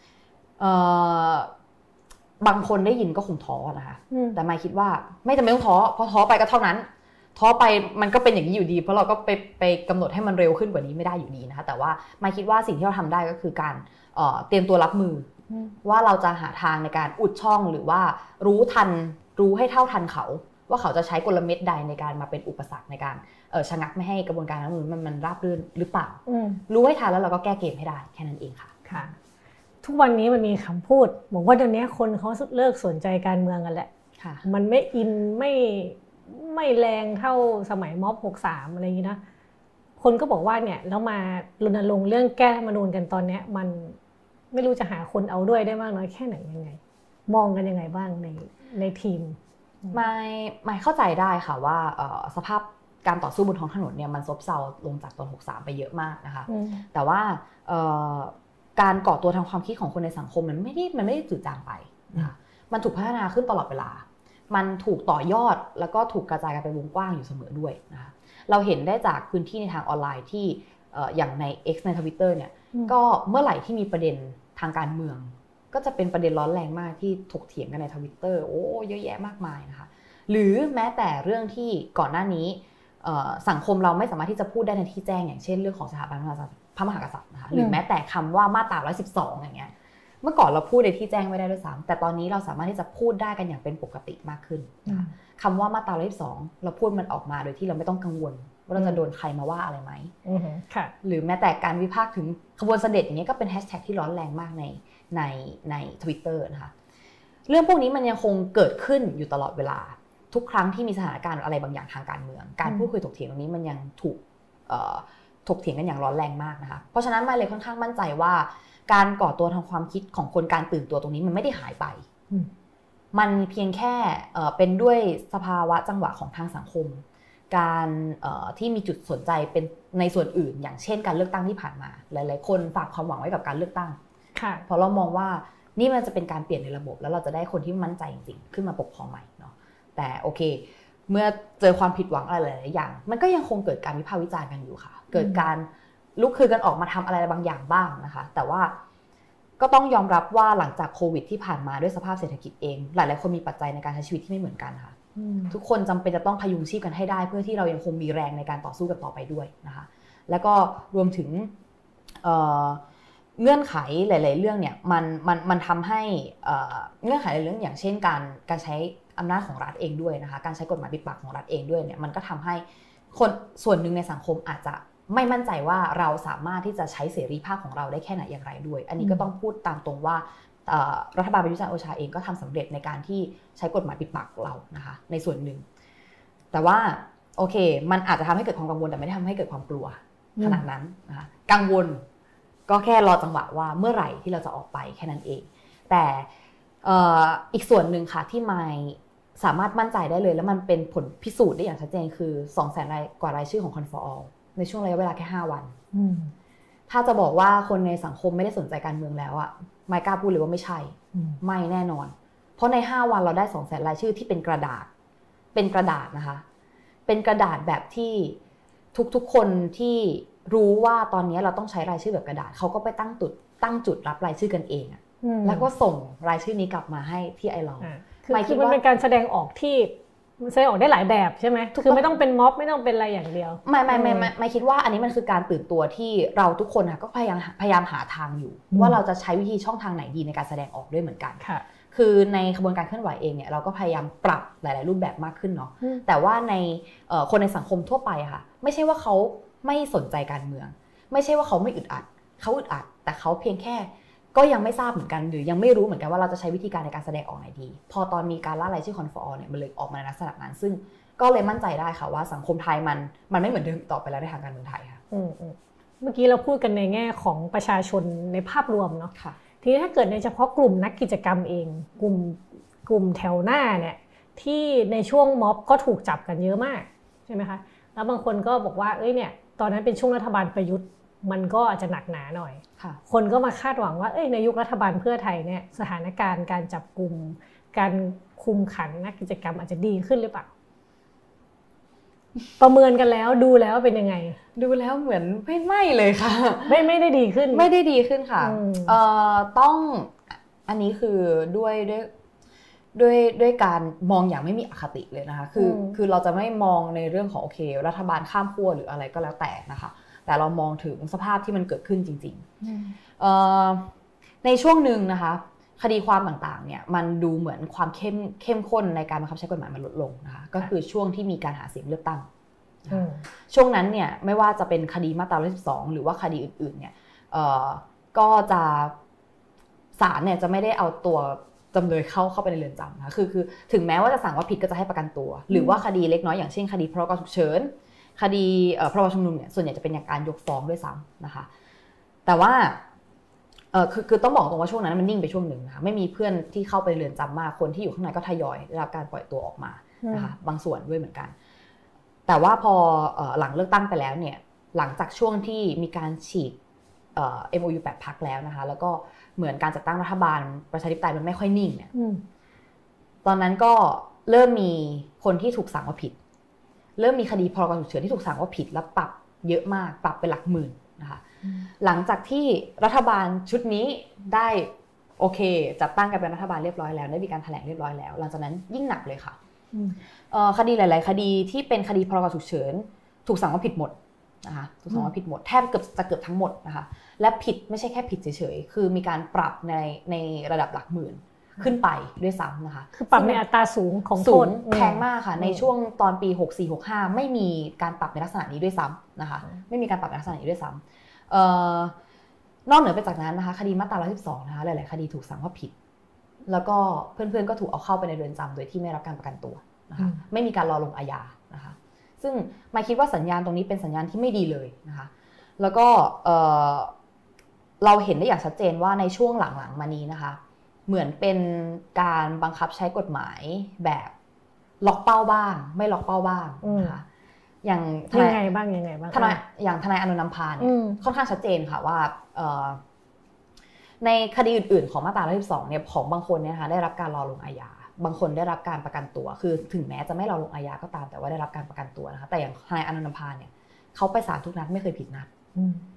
บางคนได้ยินก็คงท้อนะคะแต่หมายคิดว่าไม่จำเป็นต้องท้อเพราะท้อไปก็เท่านั้นท้อไปมันก็เป็นอย่างนี้อยู่ดีเพราะเราก็ไปไปกำหนดให้มันเร็วขึ้นกว่านี้ไม่ได้อยู่ดีนะคะแต่ว่าหมายคิดว่าสิ่งที่เราทำได้ก็คือการเตรียมตัวรับมือว่าเราจะหาทางในการอุดช่องหรือว่ารู้ทันรู้ให้เท่าทันเขาว่าเขาจะใช้กลเม็ดใดในการมาเป็นอุปสรรคในการชะงักไม่ให้กระบวนการรัฐธรรมนูญมันมันราบรื่นหรือเปล่ารู้ให้ทันแล้วเราก็แก้เกมให้ได้แค่นั้นเองค่ะค่ะทุกวันนี้มันมีคำพูดบอกว่าเดี๋ยวนี้คนเขาเลิกสนใจการเมืองกันแหละมันไม่อินไม่ไม่แรงเท่าสมัยม็อบหกสิบสามอะไรอย่างนี้นะคนก็บอกว่าเนี่ยแล้วมารณรงค์เรื่องแก้รัฐธรรมนูญกันตอนนี้มันไม่รู้จะหาคนเอาด้วยได้มากน้อยแค่ไหนยังไงมองกันยังไงบ้างในในทีมไม่ไม่เข้าใจได้ค่ะว่าสภาพการต่อสู้บนท้องถนนเนี่ยมันซบเซาลงจากตอนหกสิบสามไปเยอะมากนะคะแต่ว่าการก่อตัวทางความคิดของคนในสังคมมันไม่ได้มันไม่ได้จืดจางไปนะคะมันถูกพัฒนาขึ้นตลอดเวลามันถูกต่อยอดแล้วก็ถูกกระจายกันไปวงกว้างอยู่เสมอด้วยนะคะเราเห็นได้จากพื้นที่ในทางออนไลน์ที่อย่างใน X ใน Twitter เนี่ยก็เมื่อไหร่ที่มีประเด็นทางการเมืองก็จะเป็นประเด็นร้อนแรงมากที่ถกเถียงกันใน Twitter โอ้เยอะแยะมากมายนะคะหรือแม้แต่เรื่องที่ก่อนหน้านี้สังคมเราไม่สามารถที่จะพูดได้ในที่แจ้งอย่างเช่นเรื่องของสถาบันพระมหากษัตริย์นะคะหรือแม้แต่คำว่ามาตราหนึ่งร้อยสิบสองอย่างเงี้ยเมื่อก่อนเราพูดในที่แจ้งไม่ได้ด้วยซ้ำแต่ตอนนี้เราสามารถที่จะพูดได้กันอย่างเป็นปกติมากขึ้นนะคะคำว่ามาตราหนึ่งร้อยสิบสองเราพูดมันออกมาโดยที่เราไม่ต้องกังวลว่าเราจะโดนใครมาว่าอะไรไหมหรือแม้แต่การวิพากษ์ถึงขบวนเสด็จอย่างเงี้ยก็เป็นแฮชแท็กที่ร้อนแรงมากในในใน Twitter นะคะเรื่องพวกนี้มันยังคงเกิดขึ้นอยู่ตลอดเวลาทุกครั้งที่มีสถานการณ์อะไรบางอย่างทางการเมืองการพูดคุยถกเถียงตรงนี้มันยังถูกถกเถียงกันอย่างร้อนแรงมากนะคะเพราะฉะนั้นมาเลยค่อนข้างมั่นใจว่าการก่อตัวทางความคิดของคนการตื่นตัวตรงนี้มันไม่ได้หายไปมันเพียงแค่เป็นด้วยสภาวะจังหวะของทางสังคมการที่มีจุดสนใจเป็นในส่วนอื่นอย่างเช่นการเลือกตั้งที่ผ่านมาหลายๆคนฝากความหวังไว้กับการเลือกตั้งเพราะเรามองว่านี่มันจะเป็นการเปลี่ยนในระบบแล้วเราจะได้คนที่มั่นใจจริงๆขึ้นมาปกครองใหม่เนาะแต่โอเคเมื่อเจอความผิดหวังอะไรหลายๆอย่างมันก็ยังคงเกิดการวิพากษ์วิจารณ์กันอยู่ค่ะเกิดการลุกคือกันออกมาทำอะไรบางอย่างบ้างนะคะแต่ว่าก็ต้องยอมรับว่าหลังจากโควิดที่ผ่านมาด้วยสภาพเศรษฐกิจเองหลายๆคนมีปัจจัยในการใช้ชีวิตที่ไม่เหมือนกันค่ะทุกคนจำเป็นจะต้องพยุงชีพกันให้ได้เพื่อที่เรายังคงมีแรงในการต่อสู้กันต่อไปด้วยนะคะแล้วก็รวมถึงเอ่อเงื่อนไขหลายๆเรื่องเนี่ยมันมันมันทำให้เงื่อนไขหลายเรื่องอย่างเช่นการการใช้อำนาจของรัฐเองด้วยนะคะการใช้กฎหมายปิดปากของรัฐเองด้วยเนี่ยมันก็ทำให้คนส่วนหนึ่งในสังคมอาจจะไม่มั่นใจว่าเราสามารถที่จะใช้เสรีภาพของเราได้แค่ไหนอย่างไรด้วยอันนี้ก็ต้องพูดตามตรงว่ารัฐบาลประยุทธ์จันทร์โอชาเองก็ทำสำเร็จในการที่ใช้กฎหมายปิดปากเรานะคะในส่วนหนึ่งแต่ว่าโอเคมันอาจจะทำให้เกิดความกังวลแต่ไม่ได้ทำให้เกิดความกลัวขนาดนั้นนะคะกังวลก็แค่รอจังหวะว่าเมื่อไหร่ที่เราจะออกไปแค่นั้นเองแต่อีกส่วนหนึ่งค่ะที่ไมค์สามารถมั่นใจได้เลยแล้วมันเป็นผลพิสูจน์ได้อย่างชัดเจนคือ สองแสน รายกว่ารายชื่อของ Con for All ในช่วงระยะเวลาแค่ห้าวันถ้าจะบอกว่าคนในสังคมไม่ได้สนใจการเมืองแล้วอะไมค์กล้าพูดเลยว่าไม่ใช่ไม่แน่นอนเพราะในห้าวันเราได้ สองแสน รายชื่อที่เป็นกระดาษเป็นกระดาษนะคะเป็นกระดาษแบบที่ทุกๆคนที่รู้ว่าตอนนี้เราต้องใช้รายชื่อแบบกระดาษเขาก็ไปตั้งจุดตั้งจุดรับรายชื่อกันเองอะแล้วก็ส่งรายชื่อนี้กลับมาให้ที่ไอเราคือมันเป็นการแสดงออกที่มันแสดงออกได้หลายแบบใช่ไหมคือไม่ต้องเป็นม็อบไม่ต้องเป็นอะไรอย่างเดียวไม่ไม่ไม่ไม่ไม่คิดว่าอันนี้มันคือการตื่นตัวที่เราทุกคนค่ะก็พยายามพยายามหาทางอยู่ว่าเราจะใช้วิธีช่องทางไหนดีในการแสดงออกด้วยเหมือนกันคือในขบวนการเคลื่อนไหวเองเนี่ยเราก็พยายามปรับหลายๆรูปแบบมากขึ้นเนาะแต่ว่าในคนในสังคมทั่วไปค่ะไม่ใช่ว่าเขาไม่สนใจการเมืองไม่ใช่ว่าเขาไม่อึดอัดเขาอึดอัดแต่เขาเพียงแค่ก็ยังไม่ทราบเหมือนกันหรือยังไม่รู้เหมือนกันว่าเราจะใช้วิธีการในการแสดงออกไหนดีพอตอนมีการล่ารายชื่อ Con for All เนี่ยมันเลยออกมาในลักษณะนั้นซึ่งก็เลยมั่นใจได้ค่ะว่าสังคมไทยมันมันไม่เหมือนเดิมต่อไปแล้วในทางการเมืองไทยค่ะเมื่อกี้เราพูดกันในแง่ของประชาชนในภาพรวมเนาะทีนี้ถ้าเกิดในเฉพาะกลุ่มนักกิจกรรมเองกลุ่มกลุ่มแถวหน้าเนี่ยที่ในช่วงม็อบก็ถูกจับกันเยอะมากใช่ไหมคะแล้วบางคนก็บอกว่าเอ้ยเนี่ยตอนนั้นเป็นช่วงรัฐบาลประยุทธ์มันก็อาจจะหนักหนาหน่อยคนก็มาคาดหวังว่าเอ้ยในยุครัฐบาลเพื่อไทยเนี่ยสถานการณ์การจับกลุ่มการคุมขังนักกิจกรรมอาจจะดีขึ้นหรือเปล่าประเมินกันแล้วดูแล้วเป็นยังไงดูแล้วเหมือนไม่ไม่เลยค่ะไม่ไม่ได้ดีขึ้นไม่ได้ดีขึ้นค่ะเอ่อต้องอันนี้คือด้วยด้วยด้วยด้วยการมองอย่างไม่มีอคติเลยนะคะคือคือเราจะไม่มองในเรื่องของโอเครัฐบาลข้ามขั้วหรืออะไรก็แล้วแต่นะคะแต่เรามองถึงสภาพที่มันเกิดขึ้นจริงๆในช่วงหนึ่งนะคะคดีความต่างๆเนี่ยมันดูเหมือนความเข้มเข้มข้นในการบังคับใช้กฎหมายมันลดลงนะคะก็คือช่วงที่มีการหาเสียงเลือกตั้งช่วงนั้นเนี่ยไม่ว่าจะเป็นคดีมาตราหนึ่งร้อยสิบสองหรือว่าคดีอื่นๆเนี่ยก็จะศาลเนี่ยจะไม่ได้เอาตัวจำเลยเข้าเข้าไปในเรือนจำนะคะคือคือถึงแม้ว่าจะสั่งว่าผิดก็จะให้ประกันตัวหรือว่าคดีเล็กน้อยอย่างเช่นคดีพรกฉุกเฉินคดีพรบชุมนุมเนี่ยส่วนใหญ่จะเป็นอย่างการยกฟ้องด้วยซ้ำนะคะแต่ว่าเออคือคือต้องบอกตรงว่าช่วงนั้นมันนิ่งไปช่วงหนึ่งนะคะไม่มีเพื่อนที่เข้าไปเรือนจำมากคนที่อยู่ข้างในก็ทยอยได้รับการปล่อยตัวออกมานะคะบางส่วนด้วยเหมือนกันแต่ว่าพอหลังเลือกตั้งไปแล้วเนี่ยหลังจากช่วงที่มีการฉีก เอ็ม โอ ยู แปดพรรคแล้วนะคะแล้วก็เหมือนการจัดตั้งรัฐบาลประชาธิปไตยมันไม่ค่อยนิ่งเนี่ยตอนนั้นก็เริ่มมีคนที่ถูกสั่งว่าผิดเริ่มมีคดีพรกฉุกเฉินที่ถูกสั่งว่าผิดแล้วปรับเยอะมากปรับเป็นหลักหมื่นนะคะหลังจากที่รัฐบาลชุดนี้ได้โอเคจัดตั้งกันเป็นรัฐบาลเรียบร้อยแล้วได้มีการแถลงเรียบร้อยแล้วหลังจากนั้นยิ่งหนักเลยค่ะคดีหลายๆคดีที่เป็นคดีพรกฉุกเฉินถูกสั่งว่าผิดหมดนะคะถูกสั่งว่าผิดหมดแทบเกือบจะเกือบทั้งหมดนะคะและผิดไม่ใช่แค่ผิดเฉยๆคือมีการปรับในในระดับหลักหมื่นขึ้นไปด้วยซ้ำนะคะคือปรับในอัตราสูงของโทษแพงมากค่ะในช่วงตอนปีหกสี่ หกห้าไม่มีการปรับในลักษณะนี้ด้วยซ้ำนะคะไม่มีการปรับในลักษณะนี้ด้วยซ้ำนอกเหนือไปจากนั้นนะคะคดีมาตราหนึ่งร้อยสิบสองนะคะหลายๆคดีถูกสั่งว่าผิดแล้วก็เพื่อนๆก็ถูกเอาเข้าไปในเรือนจำโดยที่ไม่รับการประกันตัวนะคะไม่มีการรอลงอาญานะคะซึ่งมาคิดว่าสัญญาณตรงนี้เป็นสัญญาณที่ไม่ดีเลยนะคะแล้วก็เราเห็นได้อย่างชัดเจนว่าในช่วงหลังๆมานี้นะคะเหมือนเป็นการบังคับใช้กฎหมายแบบล็อกเป้าบ้างไม่ล็อกเป้าบ้างนะคะอย่างยังไงบ้างยังไงบ้างทนายอย่างทนายอานนท์นำพาเนี่ยค่อนข้างชัดเจนค่ะว่าในคดีอื่นๆของมาตราหนึ่งร้อยสิบสองเนี่ยของบางคนเนี่ยนะคะได้รับการรอลงอาญาบางคนได้รับการประกันตัวคือถึงแม้จะไม่รอลงอาญาก็ตามแต่ว่าได้รับการประกันตัวนะคะแต่อย่างทนายอานนท์นำพาเนี่ยเขาไปศาลทุกนัดไม่เคยผิดนัด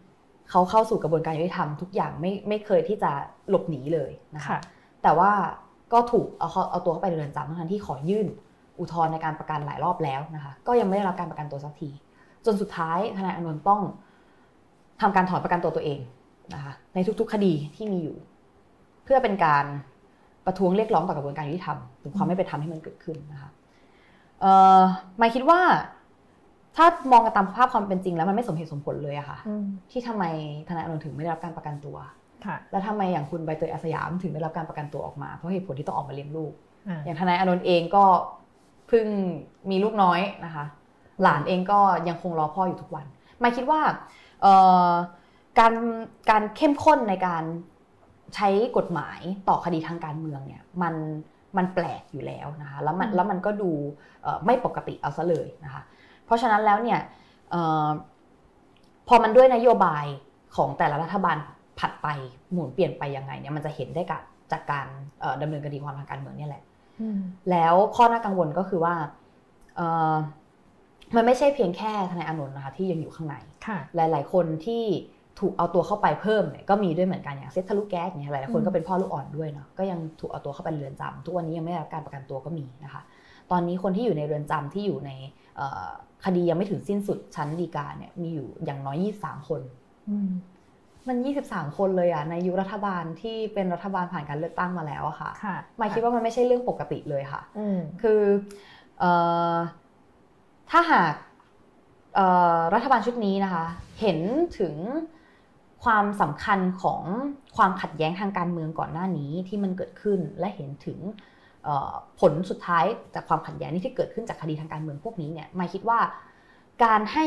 เขาเข้าสู่กระบวนการยุติธรรมทุกอย่างไม่ไม่เคยที่จะหลบหนีเลยนะคะแต่ว่าก็ถูกเอาเอาตัวเข้าไปในเรือนจำทั้งที่ขอยื่นอุทธรณ์ในการประกันหลายรอบแล้วนะคะก็ยังไม่ได้รับการประกันตัวสักทีจนสุดท้ายทนายอานนท์ต้องทำการถอนประกันตัวตัวเองนะคะในทุกๆคดีที่มีอยู่เพื่อเป็นการประท้วงเรียกร้องต่อกระบวนการยุติธรรมถึงความไม่เป็นธรรมที่มันเกิดขึ้นนะคะเอ่อหมายคิดว่าถ้ามองกันตามภาพความเป็นจริงแล้วมันไม่สมเหตุสมผลเลยอะค่ะที่ทำไมทนายอานนท์ถึงไม่ได้รับการประกันตัวแล้วทำไมอย่างคุณใบเตยอาสยามถึงได้รับการประกันตัวออกมาเพราะเหตุผลที่ต้องออกมาเลี้ยงลูกอย่างทนายอานนท์เองก็เพิ่งมีลูกน้อยนะคะหลานเองก็ยังคงรอพ่ออยู่ทุกวันหมายคิดว่าการการเข้มข้นในการใช้กฎหมายต่อคดีทางการเมืองเนี่ยมันมันแปลกอยู่แล้วนะคะแล้วมันแล้วมันก็ดูไม่ปกติเอาซะเลยนะคะเพราะฉะนั้นแล้วเนี่ยพอมันด้วยนโยบายของแต่ละรัฐบาลผัดไปหมุนเปลี่ยนไปยังไงเนี่ยมันจะเห็นได้กับจากการดำเนินคดีความทางการเมืองนี่แหละแล้วข้อน่ากังวลก็คือว่ามันไม่ใช่เพียงแค่ทนายอานนท์นะคะที่ยังอยู่ข้างในหลายๆคนที่ถูกเอาตัวเข้าไปเพิ่มเนี่ยก็มีด้วยเหมือนกันอย่างเซธทะลุแก๊สเนี่ยหลายๆคนก็เป็นพ่อลูกอ่อนด้วยเนาะก็ยังถูกเอาตัวเข้าไปเรือนจำทุกวันนี้ยังไม่ได้รับการประกันตัวก็มีนะคะตอนนี้คนที่อยู่ในเรือนจำที่อยู่ในคดียังไม่ถึงสิ้นสุดชั้นฎีกาเนี่ยมีอยู่อย่างน้อยยี่สิบสามคนมันยี่สิบสามคนเลยอ่ะในยุครัฐบาลที่เป็นรัฐบาลผ่านการเลือกตั้งมาแล้วอะค่ะหมายคิดว่ามันไม่ใช่เรื่องปกติเลยค่ะคือถ้าหากรัฐบาลชุดนี้นะคะเห็นถึงความสำคัญของความขัดแย้งทางการเมืองก่อนหน้านี้ที่มันเกิดขึ้นและเห็นถึงผลสุดท้ายจากความขัดแย้งนี้ที่เกิดขึ้นจากคดีทางการเมืองพวกนี้เนี่ยหมายคิดว่าการให้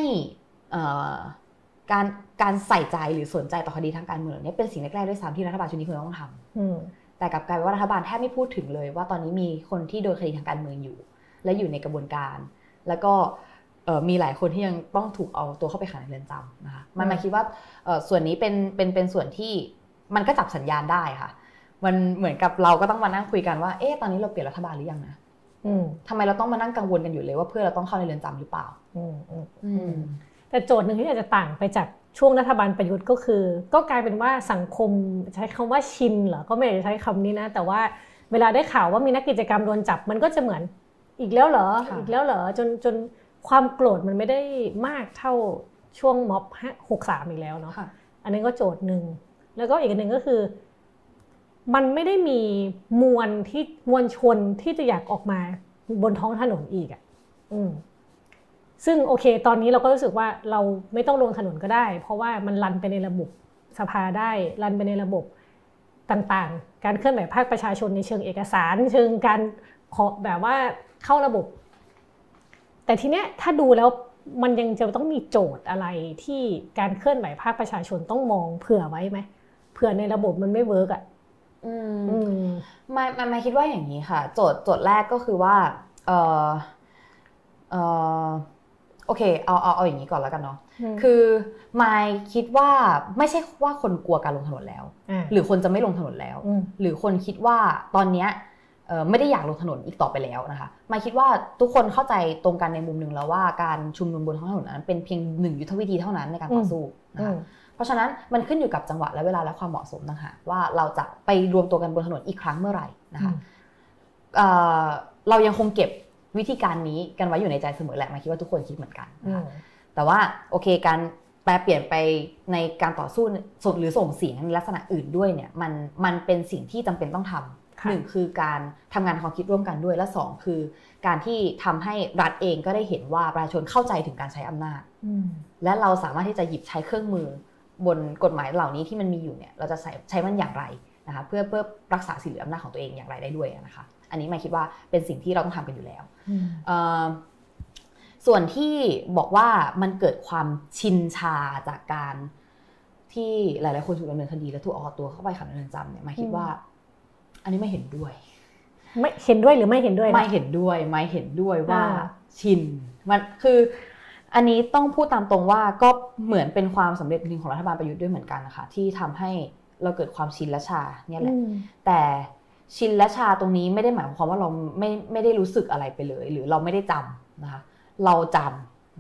การการใส่ใจหรือสนใจต่อคดีทางการเมืองเนี่ยเป็นสิ่งแรกๆด้วยซ้ำที่รัฐบาลชุดนี้ควรต้องทำแต่กลับกลายเป็นว่ารัฐบาลแทบไม่พูดถึงเลยว่าตอนนี้มีคนที่โดนคดีทางการเมืองอยู่และอยู่ในกระบวนการแล้วก็มีหลายคนที่ยังต้องถูกเอาตัวเข้าไปขังในเรือนจำนะคะมันมาคิดว่าส่วนนี้เป็นเป็นเป็นส่วนที่มันก็จับสัญญาณได้ค่ะมันเหมือนกับเราก็ต้องมานั่งคุยกันว่าเอ๊ะตอนนี้เราเปลี่ยนรัฐบาลหรือยังนะทำไมเราต้องมานั่งกังวลกันอยู่เลยว่าเพื่อเราต้องเข้าในเรือนจำหรือเปล่าแต่โจทย์หนึ่งที่อาจจะต่างไปจากช่วงรัฐบาลประยุทธ์ก็คือก็กลายเป็นว่าสังคมใช้คำว่าชินเหรอก็ไม่ได้ใช้คำนี้นะแต่ว่าเวลาได้ข่าวว่ามีนักกิจกรรมโดนจับมันก็จะเหมือนอีกแล้วเหรออีกแล้วเหรอจนจนความโกรธมันไม่ได้มากเท่าช่วงม็อบหกสามอีกแล้วเนาะอันนี้ก็โจทย์หนึ่งแล้วก็อีกอันหนึ่งก็คือมันไม่ได้มีมวลที่มวลชนที่จะอยากออกมาบนท้องถนนอีกอ่ะอืมซึ่งโอเคตอนนี้เราก็รู้สึกว่าเราไม่ต้องลงถนนก็ได้เพราะว่ามันรันไปในระบบสภาได้รันไปในระบบต่างๆการเคลื่อนไหวภาคประชาชนในเชิงเอกสารเชิงการขอแบบว่าเข้าระบบแต่ทีเนี้ยถ้าดูแล้วมันยังจะต้องมีโจทย์อะไรที่การเคลื่อนไหวภาคประชาชนต้องมองเผื่อไว้ไหมเผื่อในระบบมันไม่เวิร์กอ่ะอืมไม่ไม่ไม่คิดว่าอย่างนี้ค่ะโจทย์โจทย์แรกก็คือว่าเออเออโอเคเอาเอาเอาอย่างนี้ก่อนแล้วกันเนาะคือไม่คิดว่าไม่ใช่ว่าคนกลัวการลงถนนแล้วหรือคนจะไม่ลงถนนแล้วหรือคนคิดว่าตอนเนี้ยไม่ได้อยากลงถนนอีกต่อไปแล้วนะคะมาคิดว่าทุกคนเข้าใจตรงกันในมุมนึงแล้วว่าการชุมนุมบนท้องถนนนั้นเป็นเพียงหนึ่งยุทธวิธีเท่านั้นในการต่อสู้นะคะเพราะฉะนั้นมันขึ้นอยู่กับจังหวะและเวลาและความเหมาะสมต่างหากว่าเราจะไปรวมตัวกันบนถนนอีกครั้งเมื่อไหร่นะคะเรายังคงเก็บวิธีการนี้กันไว้อยู่ในใจเสมอแหละมาคิดว่าทุกคนคิดเหมือนกันนะคะแต่ว่าโอเคการแปลเปลี่ยนไปในการต่อสู้หรือส่งเสียงในลักษณะอื่นด้วยเนี่ยมันมันเป็นสิ่งที่จำเป็นต้องทำหนึ่งคือการทำงานความคิดร่วมกันด้วยและสองคือการที่ทำให้รัฐเองก็ได้เห็นว่าประชาชนเข้าใจถึงการใช้อำนาจและเราสามารถที่จะหยิบใช้เครื่องมือบนกฎหมายเหล่านี้ที่มันมีอยู่เนี่ยเราจะใช้ใช้มันอย่างไรนะคะเพื่อเพื่อรักษาสิทธิอำนาจของตัวเองอย่างไรได้ด้วยนะคะอันนี้หมายคิดว่าเป็นสิ่งที่เราต้องทำกันอยู่แล้วส่วนที่บอกว่ามันเกิดความชินชาจากการที่หลายๆคนถูกดำเนินคดีและถูกเอาตัวเข้าไปขังในเรือนจำเนี่ยหมายคิดว่าอันนี้ไม่เห็นด้วยไม่เห็นด้วยหรือไม่เห็นด้วยไม่เห็นด้วยไม่เห็นด้วยว่าชินมันคืออันนี้ต้องพูดตามตรงว่าก็เหมือนเป็นความสำเร็จหนึ่งของรัฐบาลประยุทธ์ด้วยเหมือนกันนะคะที่ทำให้เราเกิดความชินและชาเนี่ยแหละแต่ชินและชาตรงนี้ไม่ได้หมายความว่าเราไม่ไม่ได้รู้สึกอะไรไปเลยหรือเราไม่ได้จำนะคะเราจำนะคะ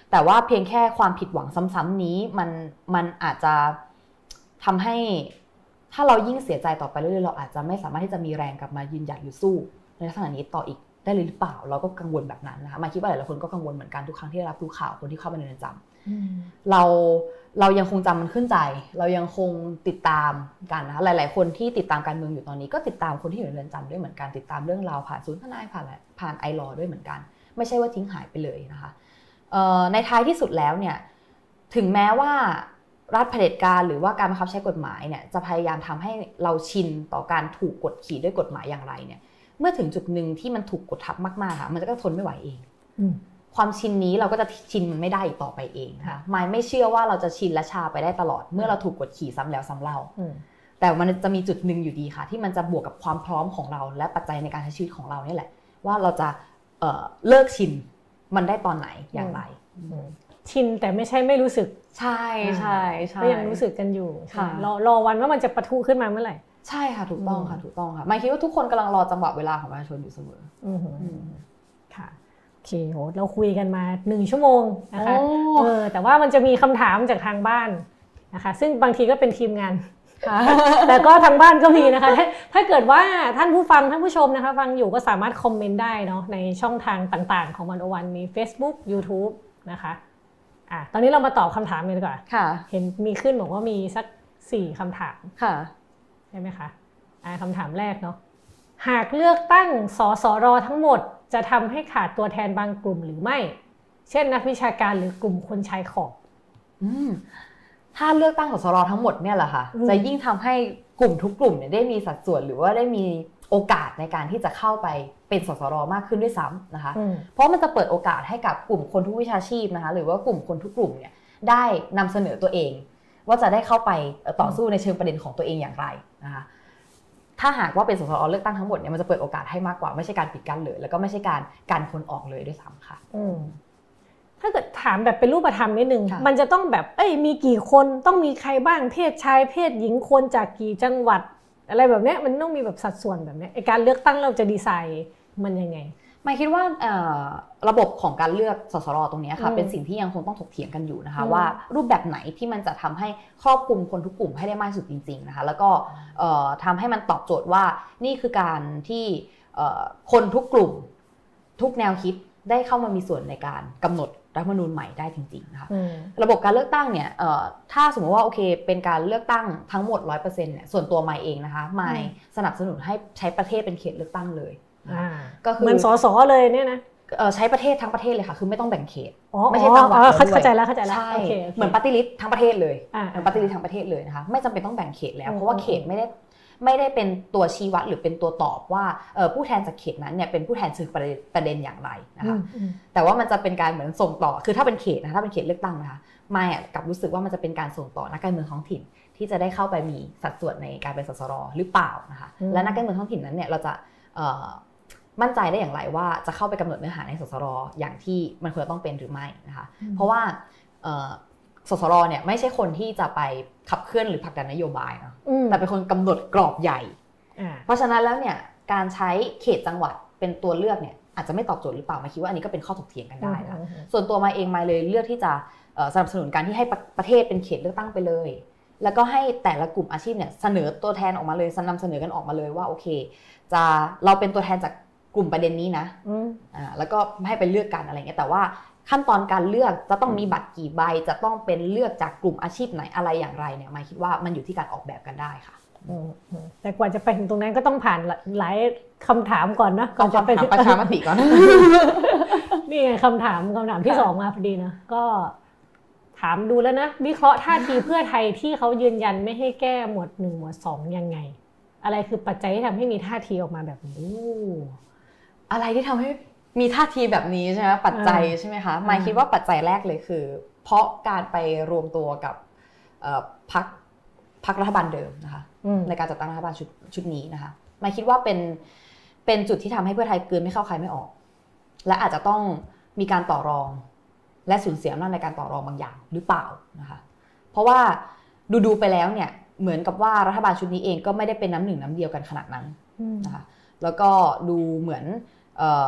แต่ว่าเพียงแค่ความผิดหวังซ้ำๆนี้มันมันอาจจะทำให้ถ้าเรายิ่งเสียใจต่อไปเรื่อยๆเราอาจจะไม่สามารถที่จะมีแรงกลับมายืนหยัดหรือสู้ในลักษณะนี้ต่ออีกได้เลยหรือเปล่าเราก็กังวลแบบนั้นนะคะมาคิดว่าหลายๆคนก็กังวลเหมือนกันทุกครั้งที่ได้รับรู้ข่าวคนที่เข้าไปในเรือนจำเราเรายังคงจำมันขึ้นใจเรายังคงติดตามกันนะคะหลายๆคนที่ติดตามการเมืองอยู่ตอนนี้ก็ติดตามคนที่อยู่ในเรือนจำด้วยเหมือนกันติดตามเรื่องราวผ่านศูนย์ทนายผ่านผ่านไอลอด้วยเหมือนกันไม่ใช่ว่าทิ้งหายไปเลยนะคะในท้ายที่สุดแล้วเนี่ยถึงแม้ว่ารัฐเผด็จการหรือว่าการบังคับใช้กฎหมายเนี่ยจะพยายามทำให้เราชินต่อการถูกกดขี่ด้วยกฎหมายอย่างไรเนี่ยเมื่อถึงจุดหนึ่งที่มันถูกกดทับมากๆค่ะมันจะก็ทนไม่ไหวเองความชินนี้เราก็จะชินมันไม่ได้อีกต่อไปเองนะคะมายไม่เชื่อว่าเราจะชินและชาไปได้ตลอดเมื่อเราถูกกดขี่ซ้ำแล้วซ้ำเล่าแต่มันจะมีจุดหนึ่งอยู่ดีค่ะที่มันจะบวกกับความพร้อมของเราและปัจจัยในการใช้ชีวิตของเราเนี่ยแหละว่าเราจะเอ่อเลิกชินมันได้ตอนไหนอย่างไรชินแต่ไม่ใช่ไม่รู้สึกใช่ใช่ใช่ก็ยังรู้สึกกันอยู่รอรอวันว่ามันจะปะทุขึ้นมาเมื่อไหร่ใช่ค่ะถูกต้องค่ะถูกต้องค่ะไม่คิดว่าทุกคนกำลังรอจังหวะเวลาของประชาชนอยู่เสมอค่ะโอเคโหเราคุยกันมาหนึ่งชั่วโมงนะคะเออแต่ว่ามันจะมีคำถามจากทางบ้านนะคะซึ่งบางทีก็เป็นทีมงานแต่ก็ทางบ้านก็มีนะคะถ้าถ้าเกิดว่าท่านผู้ฟังท่านผู้ชมนะคะฟังอยู่ก็สามารถคอมเมนต์ได้เนาะในช่องทางต่างๆของวันโอวันมี Facebook YouTube นะคะอ่ะตอนนี้เรามาตอบคำถามกันดีกว่าค่ะเห็นมีขึ้นบอกว่ามีสักสี่คำถามค่ะใช่ไหมคะอ่ะคำถามแรกเนาะหากเลือกตั้งสสรทั้งหมดจะทำให้ขาดตัวแทนบางกลุ่มหรือไม่เช่นนักวิชาการหรือกลุ่มคนชายขอบอืมถ้าเลือกตั้งสสรทั้งหมดเนี่ยแหละค่ะจะยิ่งทำให้กลุ่มทุกกลุ่มเนี่ยได้มีสัดส่วนหรือว่าได้มีโอกาสในการที่จะเข้าไปเป็นสสรมากขึ้นด้วยซ้ำนะคะเพราะมันจะเปิดโอกาสให้กับกลุ่มคนทุกวิชาชีพนะคะหรือว่ากลุ่มคนทุกกลุ่มเนี่ยได้นำเสนอตัวเองว่าจะได้เข้าไปต่อสู้ในเชิงประเด็นของตัวเองอย่างไรนะคะถ้าหากว่าเป็นสสรเลือกตั้งทั้งหมดเนี่ยมันจะเปิดโอกาสให้มากกว่าไม่ใช่การปิดกั้นเลยแล้วก็ไม่ใช่การกันคนออกเลยด้วยซ้ำค่ะถ้าเกิดถามแบบเป็นรูปธรรมนิดนึงมันจะต้องแบบเอ้ยมีกี่คนต้องมีใครบ้างเพศชายเพศหญิงคนจากกี่จังหวัดอะไรแบบนี้มันต้องมีแบบสัดส่วนแบบนี้ไอ้การเลือกตั้งเราจะดีไซน์มันยังไงหมายคิดว่าระบบของการเลือกสสรตรงนี้ค่ะเป็นสิ่งที่ยังคงต้องถกเถียงกันอยู่นะคะว่ารูปแบบไหนที่มันจะทำให้ครอบคลุมคนทุกกลุ่มให้ได้มากที่สุดจริงๆนะคะแล้วก็ทำให้มันตอบโจทย์ว่านี่คือการที่คนทุกกลุ่มทุกแนวคิดได้เข้ามามีส่วนในการกำหนดรัฐธรรมนูญใหม่ได้จริงๆนะคะระบบการเลือกตั้งเนี่ยถ้าสมมติว่าโอเคเป็นการเลือกตั้งทั้งหมด ร้อยเปอร์เซ็นต์ เนี่ยส่วนตัวมายเองนะคะมายสนับสนุนให้ใช้ประเทศเป็นเขตเลือกตั้งเลยก็คือเหมือนสสเลยเนี่ยนะใช้ประเทศทั้งประเทศเลยค่ะคือไม่ต้องแบ่งเขตไม่ใช่จังหวัดด้วยเข้าใจแล้วเข้าใจแล้วเหมือนปาร์ตี้ลิสต์ทั้งประเทศเลยเหมือนปาร์ตี้ลิสต์ทั้งประเทศเลยนะคะไม่จำเป็นต้องแบ่งเขตแล้วเพราะว่าเขตไม่ได้ไม่ได้เป็นตัวชี้วัดหรือเป็นตัวตอบว่าผู้แทนจากเขตนั้นเนี่ยเป็นผู้แทนซึ่งประเด็นอย่างไรนะคะแต่ว่ามันจะเป็นการเหมือนส่งต่อคือถ้าเป็นเขตนะถ้าเป็นเขตเลือกตั้งนะคะไม่กลับรู้สึกว่ามันจะเป็นการส่งต่อนักการเมืองท้องถิ่นที่จะได้เข้าไปมีสัดส่วนในการเป็นสสรหรือเปล่านะคะและนักการเมืองท้องถิ่นนั้นเนี่ยเราจะมั่นใจได้อย่างไรว่าจะเข้าไปกำหนดเนื้อหาในสสรอย่างที่มันควรต้องเป็นหรือไม่นะคะเพราะว่าสสรเนี่ยไม่ใช่คนที่จะไปขับเคลื่อนหรือผลักดันนโยบายเนาะแต่เป็นคนกำหนดกรอบใหญ่เพราะฉะนั้นแล้วเนี่ยการใช้เขตจังหวัดเป็นตัวเลือกเนี่ยอาจจะไม่ตอบโจทย์หรือเปล่ามาคิดว่าอันนี้ก็เป็นข้อถกเถียงกันได้นะส่วนตัวมาเองมาเลยเลือกที่จะสนับสนุนการที่ให้ประเทศเป็นเขตเลือกตั้งไปเลยแล้วก็ให้แต่ละกลุ่มอาชีพเนี่ยเสนอตัวแทนออกมาเลยนำเสนอกันออกมาเลยว่าโอเคจะเราเป็นตัวแทนจากกลุ่มประเด็นนี้นะอ่าแล้วก็ให้ไปเลือกกันอะไรเงี้ยแต่ว่าขั้นตอนการเลือกจะต้องมีบัตรกี่ใบจะต้องเป็นเลือกจากกลุ่มอาชีพไหนอะไรอย่างไรเนี่ยมายคิดว่ามันอยู่ที่การออกแบบกันได้ค่ะแต่กว่าจะไปถึงตรงนั้นก็ต้องผ่านหลายคำถามก่อนนะก่อนจะไปประชามติก่อนนี่ไงคำถามคำถามที่สองมาพอดีนะก็ถามดูแล้วนะวิเคราะห์ท่าทีเพื่อไทยที่เขายืนยันไม่ให้แก้หมวดหนึ่งหมวดสองยังไงอะไรคือปัจจัยที่ทำให้มีท่าทีออกมาแบบนี้อะไรที่ทำให้มีท่าทีแบบนี้ใช่ไหมปัจจัยใช่ไหมคะมายคิดว่าปัจจัยแรกเลยคือเพราะการไปรวมตัวกับพรรคพรรครัฐบาลเดิมนะคะในการจัดตั้งรัฐบาลชุดชุดนี้นะคะมายคิดว่าเป็นเป็นจุดที่ทำให้เพื่อไทยกลืนไม่เข้าใครไม่ออกและอาจจะต้องมีการต่อรองและสูญเสียอำนาจในการต่อรองบางอย่างหรือเปล่านะคะเพราะว่าดูๆไปแล้วเนี่ยเหมือนกับว่ารัฐบาลชุดนี้เองก็ไม่ได้เป็นน้ำหนึ่งน้ำเดียวกันขนาดนั้นนะคะแล้วก็ดูเหมือน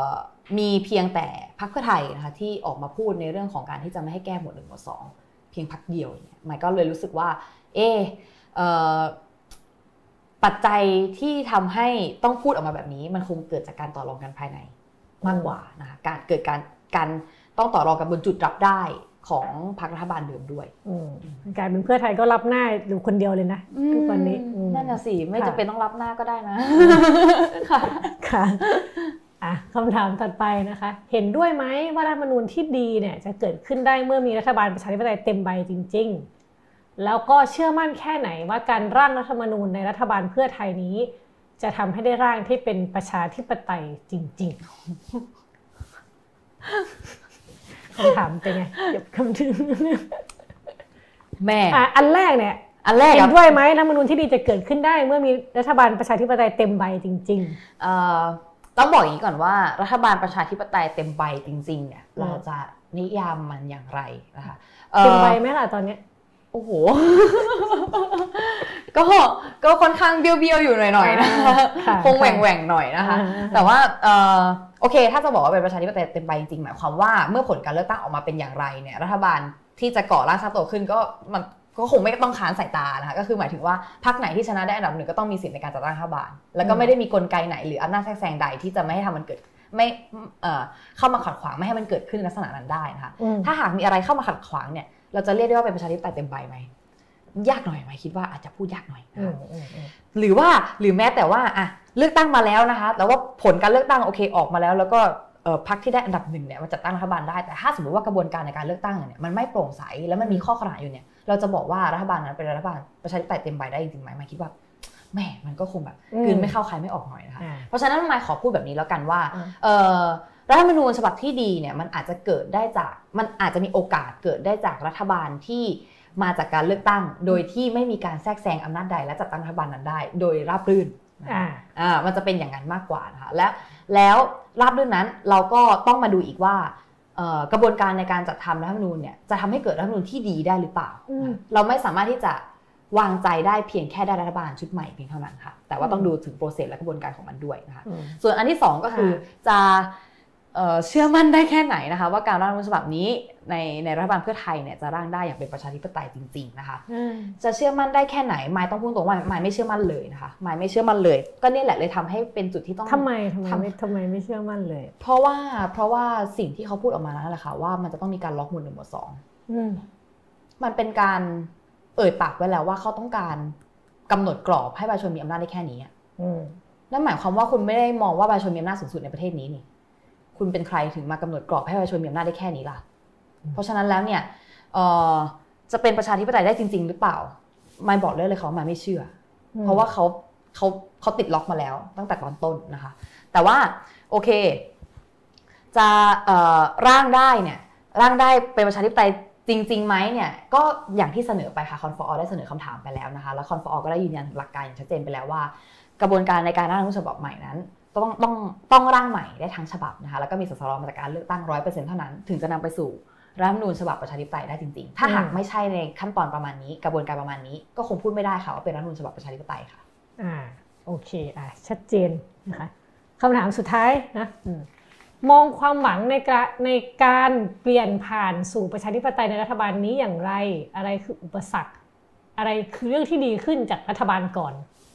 มีเพียงแต่พรรคเพื่อไทยนะคะที่ออกมาพูดในเรื่องของการที่จะไม่ให้แก้หมวดหนึ่งหมวดสองเพียงพรรคเดียวเนี่ยหมายก็เลยรู้สึกว่าเออปัจจัยที่ทำให้ต้องพูดออกมาแบบนี้มันคงเกิดจากการต่อรองกันภายในมากกว่านะคะการเกิดการการต้องต่อรองกันบนจุดรับได้ของพรรครัฐบาลเดิมด้วยกลายเป็นเพื่อไทยก็รับหน้าอยู่คนเดียวเลยนะทุกวันนี้นั่นน่ะสิไม่จำเป็นต้องรับหน้าก็ได้นะค่ะค่ะอ่ะคำถามถัดไปนะคะเห็นด้วยไหมว่ารัฐธรรมนูญที่ดีเนี่ยจะเกิดขึ้นได้เมื่อมีรัฐบาลประชาธิปไตยเต็มใบจริงๆแล้วก็เชื่อมั่นแค่ไหนว่าการร่างรัฐธรรมนูญในรัฐบาลเพื่อไทยนี้จะทำให้ได้ร่างที่เป็นประชาธิปไตยจริงๆคำถามเป็นไงเก็บคำถึงแม่อ่ะอันแรกเนี่ยอันแรกเห็นด้วยไหมรัฐธรรมนูญที่ดีจะเกิดขึ้นได้เมื่อมีรัฐบาลประชาธิปไตยเต็มใบจริงๆเอ่อต้องบอกอย่างนี้ก่อนว่ารัฐบาลประชาธิปไตยเต็มใบจริงๆเนี่ยเราจะนิยามมันอย่างไรนะคะเต็มใบไหมล่ะตอนนี้โอ้โหก็ก็ค่อนข้างเบี้ยวๆอยู่หน่อยๆนะคะคงแหว่งๆหน่อยนะคะแต่ว่าโอเคถ้าจะบอกว่าเป็นประชาธิปไตยเต็มใบจริงๆหมายความว่าเมื่อผลการเลือกตั้งออกมาเป็นอย่างไรเนี่ยรัฐบาลที่จะก่อร่างสร้างตัวขึ้นก็มันก็คงไม่ต้องค้านสายตานะคะก็คือหมายถึงว่าพรรคไหนที่ชนะได้อันดับหนึ่งก็ต้องมีสิทธิ์ในการจัดตั้งรัฐบาลแล้วก็ไม่ได้มีกลไกไหนหรืออำนาจแทรกแซงใดที่จะไม่ให้ทำมันเกิดไม่เข้ามาขัดขวางไม่ให้มันเกิดขึ้นลักษณะนั้นได้นะคะถ้าหากมีอะไรเข้ามาขัดขวางเนี่ยเราจะเรียกได้ว่าเป็นประชาธิปไตยเต็มใบไหมยากหน่อยไหมคิดว่าอาจจะพูดยากหน่อยนะคะหรือว่าหรือแม้แต่ว่าอ่ะเลือกตั้งมาแล้วนะคะแต่ว่าผลการเลือกตั้งโอเคออกมาแล้วแล้วก็พรรคที่ได้อันดับหนึ่งเนี่ยมันจัดตั้งรัฐบาลได้แต่ถ้าสมมติว่ากระบวนการในการเลือกตั้งเนี่ยมันไม่โปร่งใสแล้วมันมีข้อขนานอยู่เนี่ยเราจะบอกว่ารัฐบาลนั้นเป็นรัฐบาลประชาธิปไตยเต็มใบได้จริงๆไหมหมายคิดว่าแหมมันก็คงแบบกลืนไม่เข้าใครไม่ออกหน่อยนะคะเพราะฉะนั้นหมายขอพูดแบบนี้แล้วกันว่ารัฐธรรมนูญฉบับที่ดีเนี่ยมันอาจจะเกิดได้จากมันอาจจะมีโอกาสเกิดได้จากรัฐบาลที่มาจากการเลือกตั้งโดยที่ไม่มีการแทรกแซงอำนาจใดและจัดตั้งรัฐบาลนั้นได้โดยราบรื่นอ่าอ่ามันจะเป็นอย่างนั้นมากกว่านะคะและแล้วราบรื่นนั้นเราก็ต้องมาดูอีกว่ากระบวนการในการจัดทำรัฐธรรมนูญเนี่ยจะทำให้เกิดรัฐธรรมนูญที่ดีได้หรือเปล่าเราไม่สามารถที่จะวางใจได้เพียงแค่ได้รัฐบาลชุดใหม่เพียงเท่านั้นค่ะแต่ว่าต้องดูถึงโปรเซสและกระบวนการของมันด้วยนะคะส่วนอันที่สองก็คือจะเชื่อมั่นได้แค่ไหนนะคะว่าการร่างรัฐธรรมนูญฉบับนี้ในในรัฐบาลเพื่อไทยเนี่ยจะร่างได้อย่างเป็นประชาธิปไตยจริงๆนะคะจะเชื่อมั่นได้แค่ไหนมายต้องพูดตรงว่า มายไม่เชื่อมั่นเลยนะคะมายไม่เชื่อมั่นเลยก็นี่แหละเลยทำให้เป็นจุดที่ต้องทำไมทำไมทำไมไม่เชื่อมั่นเลยเพราะว่าเพราะว่าสิ่งที่เขาพูดออกมานั่นแหละค่ะว่ามันจะต้องมีการล็อกหมวดหนึ่งหมวดสองมันเป็นการเอ่ยปากไว้แล้วว่าเขาต้องการกำหนดกรอบให้ประชาชนมีอำนาจได้แค่นี้นั่นหมายความว่าคุณไม่ได้มองว่าประชาชนมีอำนาจสูงสุดในประเทศนี้นี่คุณเป็นใครถึงมากำหนดกรอบให้ประชาชนมีอำนาจได้แค่นี้ล่ะเพราะฉะนั้นแล้วเนี่ยจะเป็นประชาธิปไตยได้จริงๆหรือเปล่ามายบอกเลยเลยเขามายไม่เชื่อเพราะว่าเขาเขาเขาติดล็อกมาแล้วตั้งแต่ตอนต้นนะคะแต่ว่าโอเคจะร่างได้เนี่ยร่างได้เป็นประชาธิปไตยจริงๆไหมเนี่ยก็อย่างที่เสนอไปค่ะคอนฟอร์ได้เสนอคำถามไปแล้วนะคะแล้วคอนฟอร์ก็ได้ยืนยันหลักการอย่างชัดเจนไปแล้วว่ากระบวนการในการร่างรัฐธรรมนูญฉบับใหม่นั้นต้องต้องต้องร่างใหม่ได้ทั้งฉบับนะคะแล้วก็มีสสรมาจากการเลือกตั้ง ร้อยเปอร์เซ็นต์ เท่านั้นถึงจะนำไปสู่รัฐธรรมนูญฉบับประชาธิปไตยได้จริงๆถ้าหากไม่ใช่ในขั้นตอนประมาณนี้กระบวนการประมาณนี้ก็คงพูดไม่ได้ค่ะว่าเป็นรัฐธรรมนูญฉบับประชาธิปไตยค่ะอ่าโอเคอ่าชัดเจนนะคะคำถามสุดท้ายนะมองความหวังในการในการเปลี่ยนผ่านสู่ประชาธิปไตยในรัฐบาลนี้อย่างไรอะไรคืออุปสรรคอะไรคือเรื่องที่ดีขึ้นจากรัฐบาลก่อน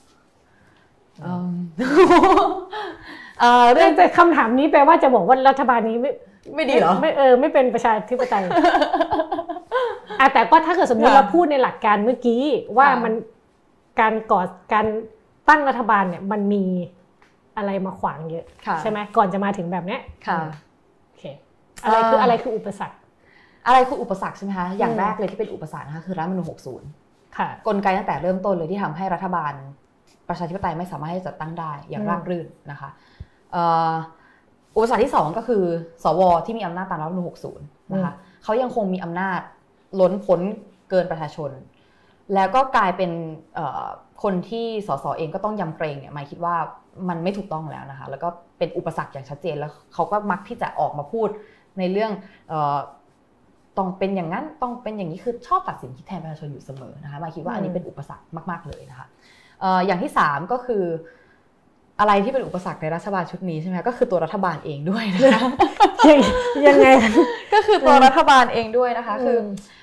เรื่องแต่คำถามนี้แปลว่าจะบอกว่ารัฐบาลนี้ไม่ไม่ดีเหรอไม่เออไม่เป็นประชาธิปไตยอ่ะแต่ก็ถ้าเกิดสมมติเราพูดในหลักการเมื่อกี้ว่ามันการก่อการตั้งรัฐบาลเนี่ยมันมีอะไรมาขวางเยอะใช่ไหมก่อนจะมาถึงแบบเนี้ยค่ะโอเคอะไรคืออะไรคืออุปสรรคอะไรคืออุปสรรคใช่ไหมคะอย่างแรกเลยที่เป็นอุปสรรคนะคะคือรัฐธรรมนูญหกสิบค่ะกลไกตั้งแต่เริ่มต้นเลยที่ทำให้รัฐบาลประชาธิปไตยไม่สามารถที่จะตั้งได้อย่างราบรื่นนะคะอุปสรรคที่สองก็คือสวที่มีอำนาจตามรัฐธรรมนูญหกสิบนะคะเขายังคงมีอำนาจล้นพ้นเกินประชาชนแล้วก็กลายเป็นคนที่สสเองก็ต้องยำเกรงเนี่ยหมายคิดว่ามันไม่ถูกต้องแล้วนะคะแล้วก็เป็นอุปสรรคอย่างชัดเจนแล้วเขาก็มักที่จะออกมาพูดในเรื่องต้องเป็นอย่างนั้นต้องเป็นอย่างนี้คือชอบตัดสินคิดแทนประชาชนอยู่เสมอนะคะหมายคิดว่าอันนี้เป็นอุปสรรคมากๆเลยนะคะอย่างที่สามก็คืออะไรที่เป็นอุปสรรคในรัฐบาลชุดนี้ใช่ไหมก็คือตัวรัฐบาลเองด้วยนะคะยังไงก็คือตัวรัฐบาลเองด้วยนะคะคือ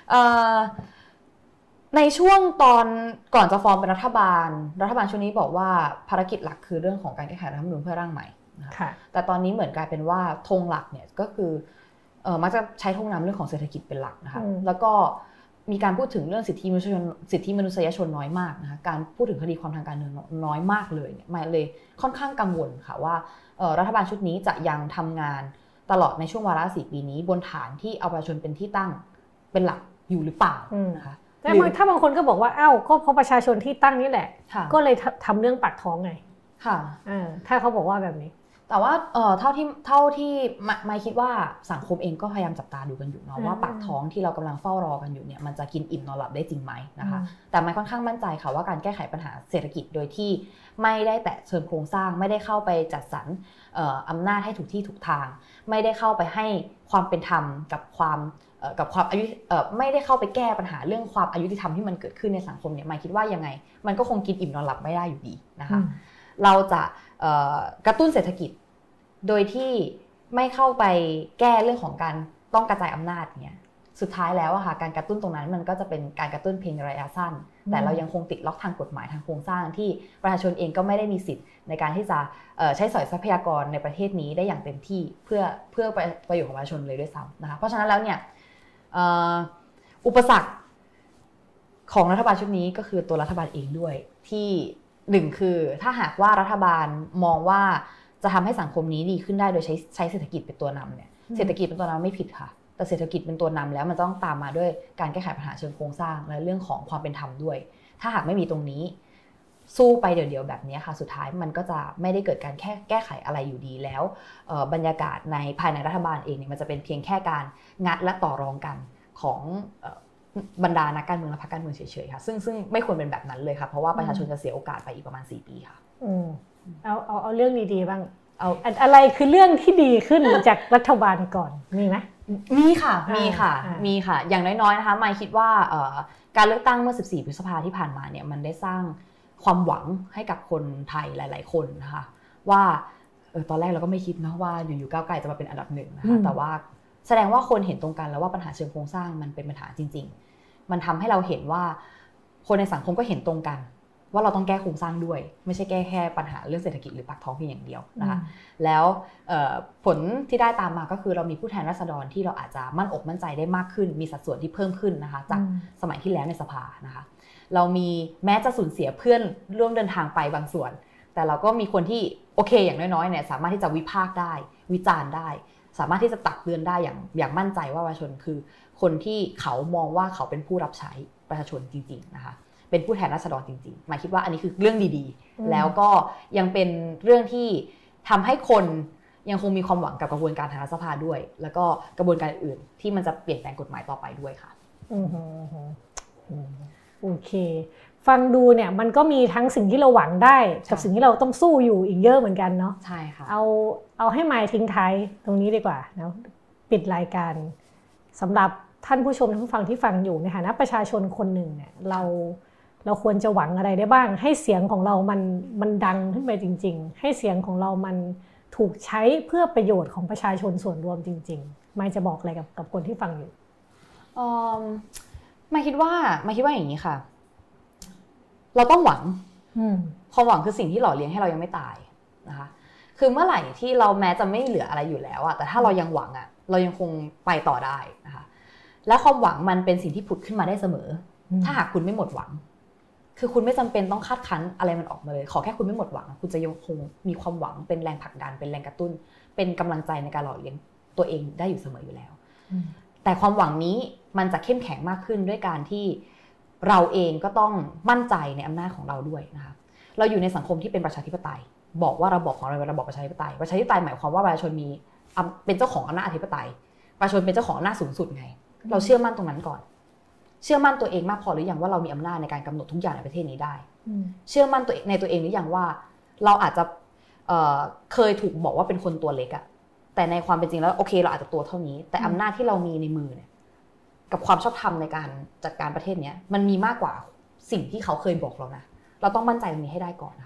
ในช่วงตอนก่อนจะฟอร์มเป็นรัฐบาลรัฐบาลชุดนี้บอกว่าภารกิจหลักคือเรื่องของการแก้ไขรัฐธรรมนูญเพื่อร่างใหม่นะคะแต่ตอนนี้เหมือนกลายเป็นว่าธงหลักเนี่ยก็คือเอ่อมักจะใช้ธงนำเรื่องของเศรษฐกิจเป็นหลักนะคะแล้วก็มีการพูดถึงเรื่องสิทธิมนุษยชนสิทธิมนุษยชนน้อยมากนะคะการพูดถึงคดีความทางการเมืองน้อยมากเลยเนี่ยมาเลยค่อนข้างกังวลค่ะว่ารัฐบาลชุดนี้จะยังทำงานตลอดในช่วงวาระสี่ปีนี้บนฐานที่เอาประชาชนเป็นที่ตั้งเป็นหลักอยู่หรือเปล่านะคะแต่ถ้าบางคนก็บอกว่าอ้าวก็เพราะประชาชนที่ตั้งนี่แหละก็เลยทำเรื่องปากท้องไงค่ะถ้าเขาบอกว่าแบบนี้แต่ว่าเอ่อเท่าที่เท่าที่ไม่คิดว่าสังคมเองก็พยายามจับตาดูกันอยู่เนาะว่าปากท้องที่เรากำลังเฝ้ารอกันอยู่เนี่ยมันจะกินอิ่มนอนหลับได้จริงไหมนะคะแต่ไม่ค่อนข้างมั่นใจค่ะว่าการแก้ไขปัญหาเศรษฐกิจโดยที่ไม่ได้แตะเชิงโครงสร้างไม่ได้เข้าไปจัดสรรอำนาจให้ถูกที่ถูกทางไม่ได้เข้าไปให้ความเป็นธรรมกับความกับความอายุไม่ได้เข้าไปแก้ปัญหาเรื่องความอายุติธรรมที่มันเกิดขึ้นในสังคมเนี่ยไม่คิดว่ายังไงมันก็คงกินอิ่มนอนหลับไม่ได้อยู่ดีนะคะเราจะกระตุ้นเศรษฐกิจโดยที่ไม่เข้าไปแก้เรื่องของการต้องกระจายอำนาจเนี่ยสุดท้ายแล้วอะค่ะการกระตุ้นตรงนั้นมันก็จะเป็นการกระตุ้นเพียงระยะสั้นแต่เรายังคงติดล็อกทางกฎหมายทางโครงสร้างที่ประชาชนเองก็ไม่ได้มีสิทธิ์ในการที่จะใช้สอยทรัพยากรในประเทศนี้ได้อย่างเต็มที่เพื่อเพื่อประโยชน์ของประชาชนเลยด้วยซ้ำนะคะเพราะฉะนั้นแล้วเนี่ยอุปสรรคของรัฐบาลชุดนี้ก็คือตัวรัฐบาลเองด้วยที่หนึ่งคือถ้าหากว่ารัฐบาลมองว่าจะทำให้สังคมนี้ดีขึ้นได้โดยใช้ใช้เศรษฐกิจเป็นตัวนำเนี่ยเศรษฐกิจเป็นตัวนำไม่ผิดค่ะแต่เศรษฐกิจเป็นตัวนำแล้วมันต้องตามมาด้วยการแก้ไขปัญหาเชิงโครงสร้างและเรื่องของความเป็นธรรมด้วยถ้าหากไม่มีตรงนี้สู้ไปเดี่ยวๆแบบนี้ค่ะสุดท้ายมันก็จะไม่ได้เกิดการแค่แก้ไขอะไรอยู่ดีแล้วบรรยากาศในภายในรัฐบาลเองเนี่ยมันจะเป็นเพียงแค่การงัดและต่อรองกันของบรรดานักการเมืองและพรรคการเมืองเฉยๆค่ะซึ่งซึ่งไม่ควรเป็นแบบนั้นเลยค่ะเพราะว่าประชาชนจะเสียโอกาสไปอีกประมาณสี่ปีค่ะอืมเอาเอาเอาเรื่องดีๆบ้างเอาอะไรคือเรื่องที่ดีขึ้นจากรัฐบาลก่อนมีไหมมีค่ะมีค่ะมีค่ะอย่างน้อยๆนะคะไม่คิดว่าการเลือกตั้งเมื่อสิบสี่พฤษภาที่ผ่านมาเนี่ยมันได้สร้างความหวังให้กับคนไทยหลายๆคนนะคะว่าเออตอนแรกเราก็ไม่คิดนะว่าอยู่ๆก้าวไกลจะมาเป็นอันดับหนึ่งนะคะแต่ว่าแสดงว่าคนเห็นตรงกันแล้วว่าปัญหาเชิงโครงสร้างมันเป็นปัญหาจริงๆมันทำให้เราเห็นว่าคนในสังคมก็เห็นตรงกันว่าเราต้องแก้โครงสร้างด้วยไม่ใช่แก้แค่ปัญหาเรื่องเศรษฐกิจหรือปากท้องเพียงอย่างเดียวนะคะแล้วผลที่ได้ตามมาก็คือเรามีผู้แทนราษฎรที่เราอาจจะมั่นอกมั่นใจได้มากขึ้นมีสัดส่วนที่เพิ่มขึ้นนะคะจากสมัยที่แล้วในสภานะคะเรามีแม้จะสูญเสียเพื่อนร่วมเดินทางไปบางส่วนแต่เราก็มีคนที่โอเคอย่างน้อยๆเนี่ยสามารถที่จะวิพากษ์ได้วิจารณ์ได้สามารถที่จะตักเตือนได้อย่างอย่างมั่นใจว่าประชาชนคือคนที่เขามองว่าเขาเป็นผู้รับใช้ประชาชนจริงๆนะคะเป็นผู้แทนราษฎรจริงๆหมายคิดว่าอันนี้คือเรื่องดีๆแล้วก็ยังเป็นเรื่องที่ทำให้คนยังคงมีความหวังกับกระบวนการทางรัฐสภาด้วยแล้วก็กระบวนการอื่นที่มันจะเปลี่ยนแปลงกฎหมายต่อไปด้วยค่ะอือโอเคฟังดูเนี่ยมันก็มีทั้งสิ่งที่เราหวังได้กับสิ่งที่เราต้องสู้อยู่อีกเยอะเหมือนกันเนาะใช่ค่ะเอาเอาให้หมายทิ้งท้ายตรงนี้ดีกว่านะปิดรายการสำหรับท่านผู้ชมท่านผู้ฟังที่ฟังอยู่ในฐานะประชาชนคนหนึ่งเนี่ยเราเราควรจะหวังอะไรได้บ้างให้เสียงของเรามันมันดังขึ้นไปจริงๆให้เสียงของเรามันถูกใช้เพื่อประโยชน์ของประชาชนส่วนรวมจริงๆไม่จะบอกอะไรกับกับคนที่ฟังอยู่อืมไม่คิดว่าไม่คิดว่าอย่างนี้ค่ะเราต้องหวังความหวังคือสิ่งที่หล่อเลี้ยงให้เรายังไม่ตายนะคะคือเมื่อไหร่ที่เราแม้จะไม่เหลืออะไรอยู่แล้วอะแต่ถ้าเรายังหวังอะเรายังคงไปต่อได้นะคะและความหวังมันเป็นสิ่งที่ผุดขึ้นมาได้เสมอถ้าหากคุณไม่หมดหวังคือคุณไม่จำเป็นต้องคาดคั้นอะไรมันออกมาเลยขอแค่คุณไม่หมดหวังคุณจะยังคงมีความหวังเป็นแรงผลักดันเป็นแรงกระตุ้นเป็นกำลังใจในการหล่อเลี้ยงตัวเองได้อยู่เสมออยู่แล้วแต่ความหวังนี้มันจะเข้มแข็งมากขึ้นด้วยการที่เราเองก็ต้องมั่นใจในอำนาจของเราด้วยนะคะเราอยู่ในสังคมที่เป็นประชาธิปไตยบอกว่าระบบของเราเป็นระบบประชาธิปไตยประชาธิปไตยหมายความว่าประชาชนมีเป็นเจ้าของอำนาจอธิปไตยประชาชนเป็นเจ้าของอำนาจสูงสุดไงเราเชื่อมั่นตรงนั้นก่อนเชื่อมั่นตัวเองมากพอหรือยังว่าเรามีอำนาจในการกำหนดทุกอย่างในประเทศนี้ได้เชื่อมั่นตัวในตัวเองหรือยังว่าเราอาจจะ เ, เคยถูกบอกว่าเป็นคนตัวเล็กอะแต่ในความเป็นจริงแล้วโอเคเราอาจจะตัวเท่านี้แต่อำนาจที่เรามีในมือเนี่ยกับความชอบธรรมในการจัดการประเทศนี้มันมีมากกว่าสิ่งที่เขาเคยบอกเรานะเราต้องมั่นใจตรงนี้ให้ได้ก่อนนะคะ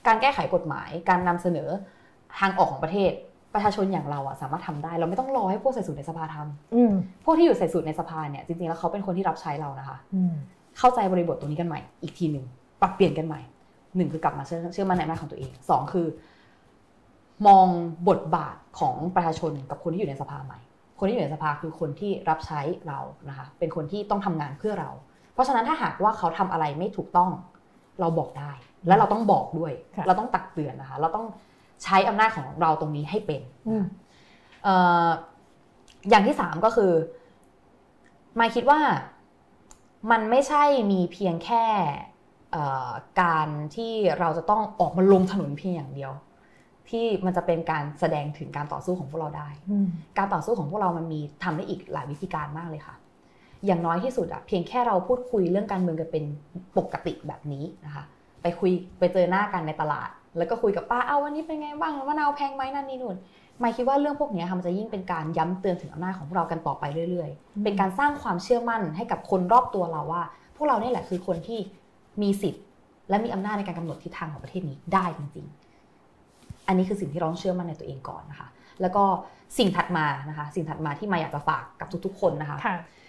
การแก้ไขกฎหมายการนำเสนอทางออกของประเทศประชาชนอย่างเราอะสามารถทำได้เราไม่ต้องรอให้พวกใส่สูตรในสภาทำพวกที่อยู่ใส่สูตรในสภาเนี่ยจริงๆแล้วเขาเป็นคนที่รับใช้เรานะคะเข้าใจบริบทตรงนี้กันใหม่อีกทีหนึ่งปรับเปลี่ยนกันใหม่หนึ่งคือกลับมาเชื่อเชื่อมั่นในอำนาจของตัวเองสองคือมองบทบาทของประชาชนกับคนที่อยู่ในสภาใหม่คนที่อยู่ในสภาคือคนที่รับใช้เรานะคะเป็นคนที่ต้องทำงานเพื่อเราเพราะฉะนั้นถ้าหากว่าเขาทำอะไรไม่ถูกต้องเราบอกได้และเราต้องบอกด้วยเราต้องตักเตือนนะคะเราต้องใช้อำนาจของเราตรงนี้ให้เป็นเอ่ออย่างที่สามก็คือมายคิดว่ามันไม่ใช่มีเพียงแค่การที่เราจะต้องออกมาลงถนนเพียงอย่างเดียวที่มันจะเป็นการแสดงถึงการต่อสู้ของพวกเราได้การต่อสู้ของพวกเรามันมีทำได้อีกหลายวิธีการมากเลยค่ะอย่างน้อยที่สุดอะเพียงแค่เราพูดคุยเรื่องการเมืองกันเป็นปกติแบบนี้นะคะไปคุยไปเจอหน้ากันในตลาดแล้วก็คุยกับป้าเอาวันนี้เป็นไงบ้างมะนาวแพงไหมนั่นนี่นู่นมายคิดว่าเรื่องพวกนี้ค่ะมันจะยิ่งเป็นการย้ำเตือนถึงอำนาจของพวกเรากันต่อไปเรื่อยๆเป็นการสร้างความเชื่อมั่นให้กับคนรอบตัวเราว่าพวกเราเนี่ยแหละคือคนที่มีสิทธิ์และมีอำนาจในการกำหนดทิศทางของประเทศนี้ได้จริงๆอันนี้คือสิ่งที่เราต้องเชื่อมั่นในตัวเองก่อนนะคะแล้วก็สิ่งถัดมานะคะสิ่งถัดมาที่มายอยากจะฝากกับทุกๆคนนะคะ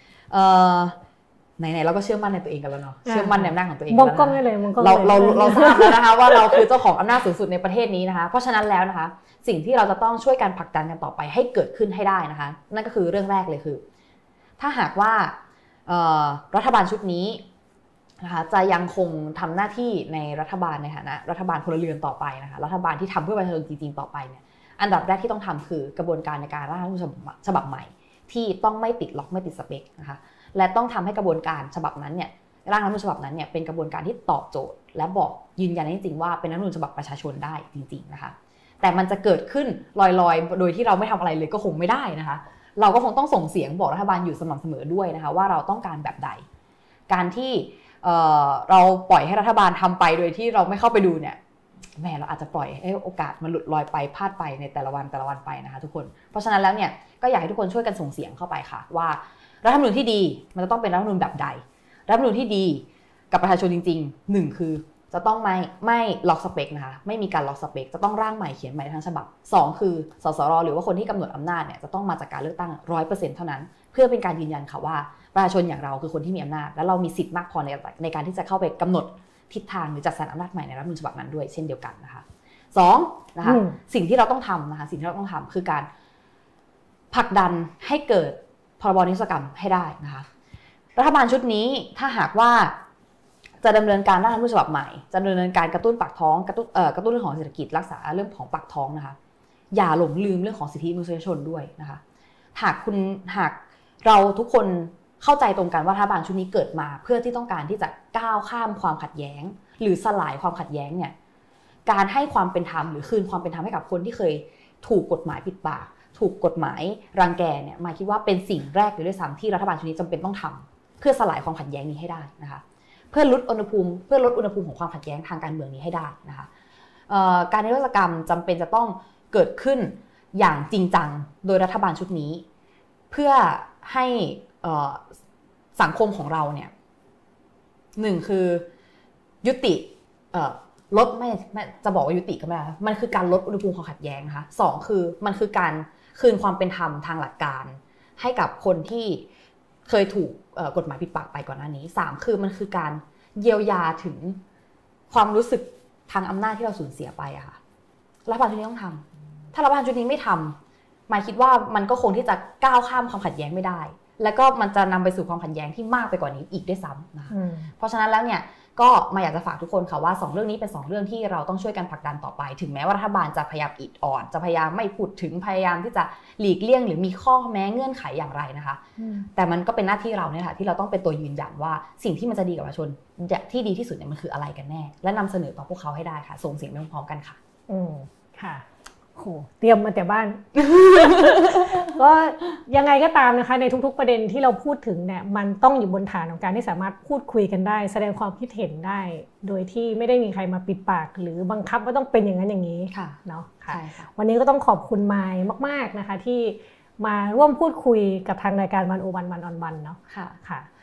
ไหนๆเราก็เชื่อมั่นในตัวเองกันแล้วเนาะเชื่อมั่นในอำนาจของตัวเองมองกล้องได้เลยมองกล้องเราเราเราทราบแล้วนะคะว่าเราคือเจ้าของอำนาจสูงสุดในประเทศนี้นะคะเพราะฉะนั้นแล้วนะคะสิ่งที่เราจะต้องช่วยกันผลักดันกันต่อไปให้เกิดขึ้นให้ได้นะคะนั่นก็คือเรื่องแรกเลยคือถ้าหากว่ารัฐบาลชุดนี้นะคะจะยังคงทำหน้าที่ในรัฐบาลในฐานะรัฐบาลพลเรือนต่อไปนะคะรัฐบาลที่ทำเพื่อประชาชนจริงๆต่อไปเนี่ยอันดับแรกที่ต้องทำคือกระบวนการในการร่างรัฐธรรมนูญฉบับใหม่ที่ต้องไม่ติดล็อกไม่ติดสเปคนะคะและต้องทำให้กระบวนการฉบับนั้นเนี่ยร่างรัฐธรรมนูญฉบับนั้นเนี่ยเป็นกระบวนการที่ตอบโจทย์และบอกยืนยันจริงๆว่าเป็นรัฐธรรมนูญฉบับประชาชนได้จริงๆนะคะแต่มันจะเกิดขึ้นลอยๆโดยที่เราไม่ทำอะไรเลยก็คงไม่ได้นะคะเราก็คงต้องส่งเสียงบอกรัฐบาลอยู่สม่ำเสมอด้วยนะคะว่าเราต้องการแบบใดการที่เอ่อเราปล่อยให้รัฐบาลทำไปโดยที่เราไม่เข้าไปดูเนี่ยแหมเราอาจจะปล่อยให้โอกาสมันหลุดลอยไปพลาดไปในแต่ละวันแต่ละวันไปนะคะทุกคนเพราะฉะนั้นแล้วเนี่ยก็อยากให้ทุกคนช่วยกันส่งเสียงเข้าไปค่ะว่ารัฐธรรมนูญที่ดีมันจะต้องเป็นรัฐธรรมนูญแบบใดรัฐธรรมนูญที่ดีกับประชาชนจริงๆหนึ่งคือจะต้องไม่ไม่ล็อกสเปคนะคะไม่มีการล็อกสเปคจะต้องร่างใหม่เขียนใหม่ทั้งฉบับสองคือสสรหรือว่าคนที่กำหนดอำนาจเนี่ยจะต้องมาจากการเลือกตั้ง ร้อยเปอร์เซ็นต์ เท่านั้นเพื่อเป็นการยืนยันค่ะว่าประชาชนอย่างเราคือคนที่มีอำนาจและเรามีสิทธิ์มากพอในในการที่จะเข้าไปกำหนดทิศทางหรือจัดสรรอำนาจใหม่ในรัฐธรรมนูญฉบับนั้นด้วยเช่นเดียวกันนะคะสองนะคะสิ่งที่เราต้องทำนะคะสิ่งที่เราต้องทำคือการผลักดันให้เกิดพรบนิรโทษกรรมให้ได้นะคะรัฐบาลชุดนี้ถ้าหากว่าจะดำเนินการร่างรัฐธรรมนูญฉบับใหม่จะดำเนินการกระตุ้นปากท้องกระตุ้นเอ่อกระตุ้นเรื่องของเศรษฐกิจรักษาเรื่องของปากท้องนะคะอย่าหลงลืมเรื่องของสิทธิมนุษยชนด้วยนะคะหากคุณหากเราทุกคนเข้าใจตรงกันว่ารัฐบาลชุดนี้เกิดมาเพื่อที่ต้องการที่จะก้าวข้ามความขัดแย้งหรือสลายความขัดแย้งเนี่ยการให้ความเป็นธรรมหรือคืนความเป็นธรรมให้กับคนที่เคยถูกกฎหมายปิดปากถูกกฎหมายรังแกเนี่ยมาคิดว่าเป็นสิ่งแรกเลยด้วยซ้ำที่รัฐบาลชุดนี้จำเป็นต้องทำเพื่อสลายความขัดแย้งนี้ให้ได้นะคะเพื่อลดอุณหภูมิเพื่อลดอุณหภูมิของความขัดแย้งทางการเมืองนี้ให้ได้นะคะการนิรโทษกรรมจำเป็นจะต้องเกิดขึ้นอย่างจริงจังโดยรัฐบาลชุดนี้เพื่อให้สังคมของเราเนี่ยหนึ่งคือยุติลดไม่จะบอกว่ายุติก็ไม่ได้มันคือการลดอุณหภูมิความขัดแย้งนะคะสองคือมันคือการคืนความเป็นธรรมทางหลักการให้กับคนที่เคยถูกกฎหมายปิดปากไปก่อนหน้านี้สามคือมันคือการเยียวยาถึงความรู้สึกทางอำนาจที่เราสูญเสียไปอะค่ะรัฐบาลชุดนี้ต้องทำถ้ารัฐบาลชุดนี้ไม่ทำหมายคิดว่ามันก็คงที่จะก้าวข้ามความขัดแย้งไม่ได้แล้วก็มันจะนำไปสู่ความขัดแย้งที่มากไปกว่านี้อีกด้วยซ้ำนะคะเพราะฉะนั้นแล้วเนี่ยก็มาอยากจะฝากทุกคนค่ะว่าสองเรื่องนี้เป็นสองเรื่องที่เราต้องช่วยกันผลักดันต่อไปถึงแม้ว่ารัฐบาลจะพยายามอิดออดจะพยายามไม่พูดถึงพยายามที่จะหลีกเลี่ยงหรือมีข้อแม้เงื่อนไขอย่างไรนะคะแต่มันก็เป็นหน้าที่เราเนี่ยแหละที่เราต้องเป็นตัวยืนยันว่าสิ่งที่มันจะดีกับประชาชนที่ดีที่สุดเนี่ยมันคืออะไรกันแน่และนำเสนอต่อพวกเขาให้ได้ค่ะส่งเสียงพร้อมๆกันค่ะอืมค่ะโหเตรียมมาแต่บ้าน ก็ยังไงก็ตามนะคะในทุกๆประเด็นที่เราพูดถึงเนี่ยมันต้องอยู่บนฐานของการที่สามารถพูดคุยกันได้แสดงความคิดเห็นได้โดยที่ไม่ได้มีใครมาปิดปากหรือบังคับว่าต้องเป็นอย่างนั้นอย่างนี้เนาะค่ะวันนี้ก็ต้องขอบคุณมายมากๆนะคะที่มาร่วมพูดคุยกับทางรายการวันโอวันวันออนวันเนาะค่ะค่ะ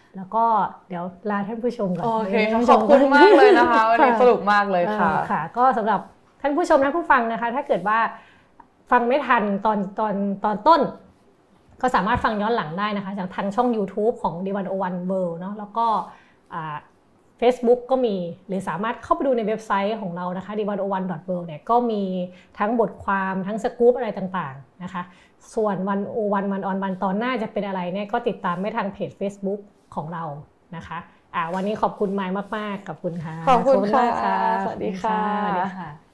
แล้วก็เดี๋ยวลาท่านผู้ชมก่อนโอเคขอบคุณมากเลยนะคะวันนี้สนุกมากเลยค่ะค่ะก็สำหรับท่านผู้ชมและผู้ฟังนะคะถ้าเกิดว่าฟังไม่ทันตอนตอนตอนต้นก็สามารถฟังย้อนหลังได้นะคะจากทางช่อง YouTube ของ ดี วัน โอ วัน World เนาะแล้วก็Facebook ก็มีหรือสามารถเข้าไปดูในเว็บไซต์ของเรานะคะ ดี วัน โอ วัน ดอท เวิลด์ เนี่ยก็มีทั้งบทความทั้งสกู๊ปอะไรต่างๆนะคะส่วน วัน โอ วัน วัน ออน วัน ตอนหน้าจะเป็นอะไรเนี่ยก็ติดตามได้ทางเพจ Facebook ของเรานะคะอ่าวันนี้ขอบคุณไมค์มากๆขอบคุณค่ะขอบคุณค่ะค่ะสวัสดีค่ะสวัสดีค่ะ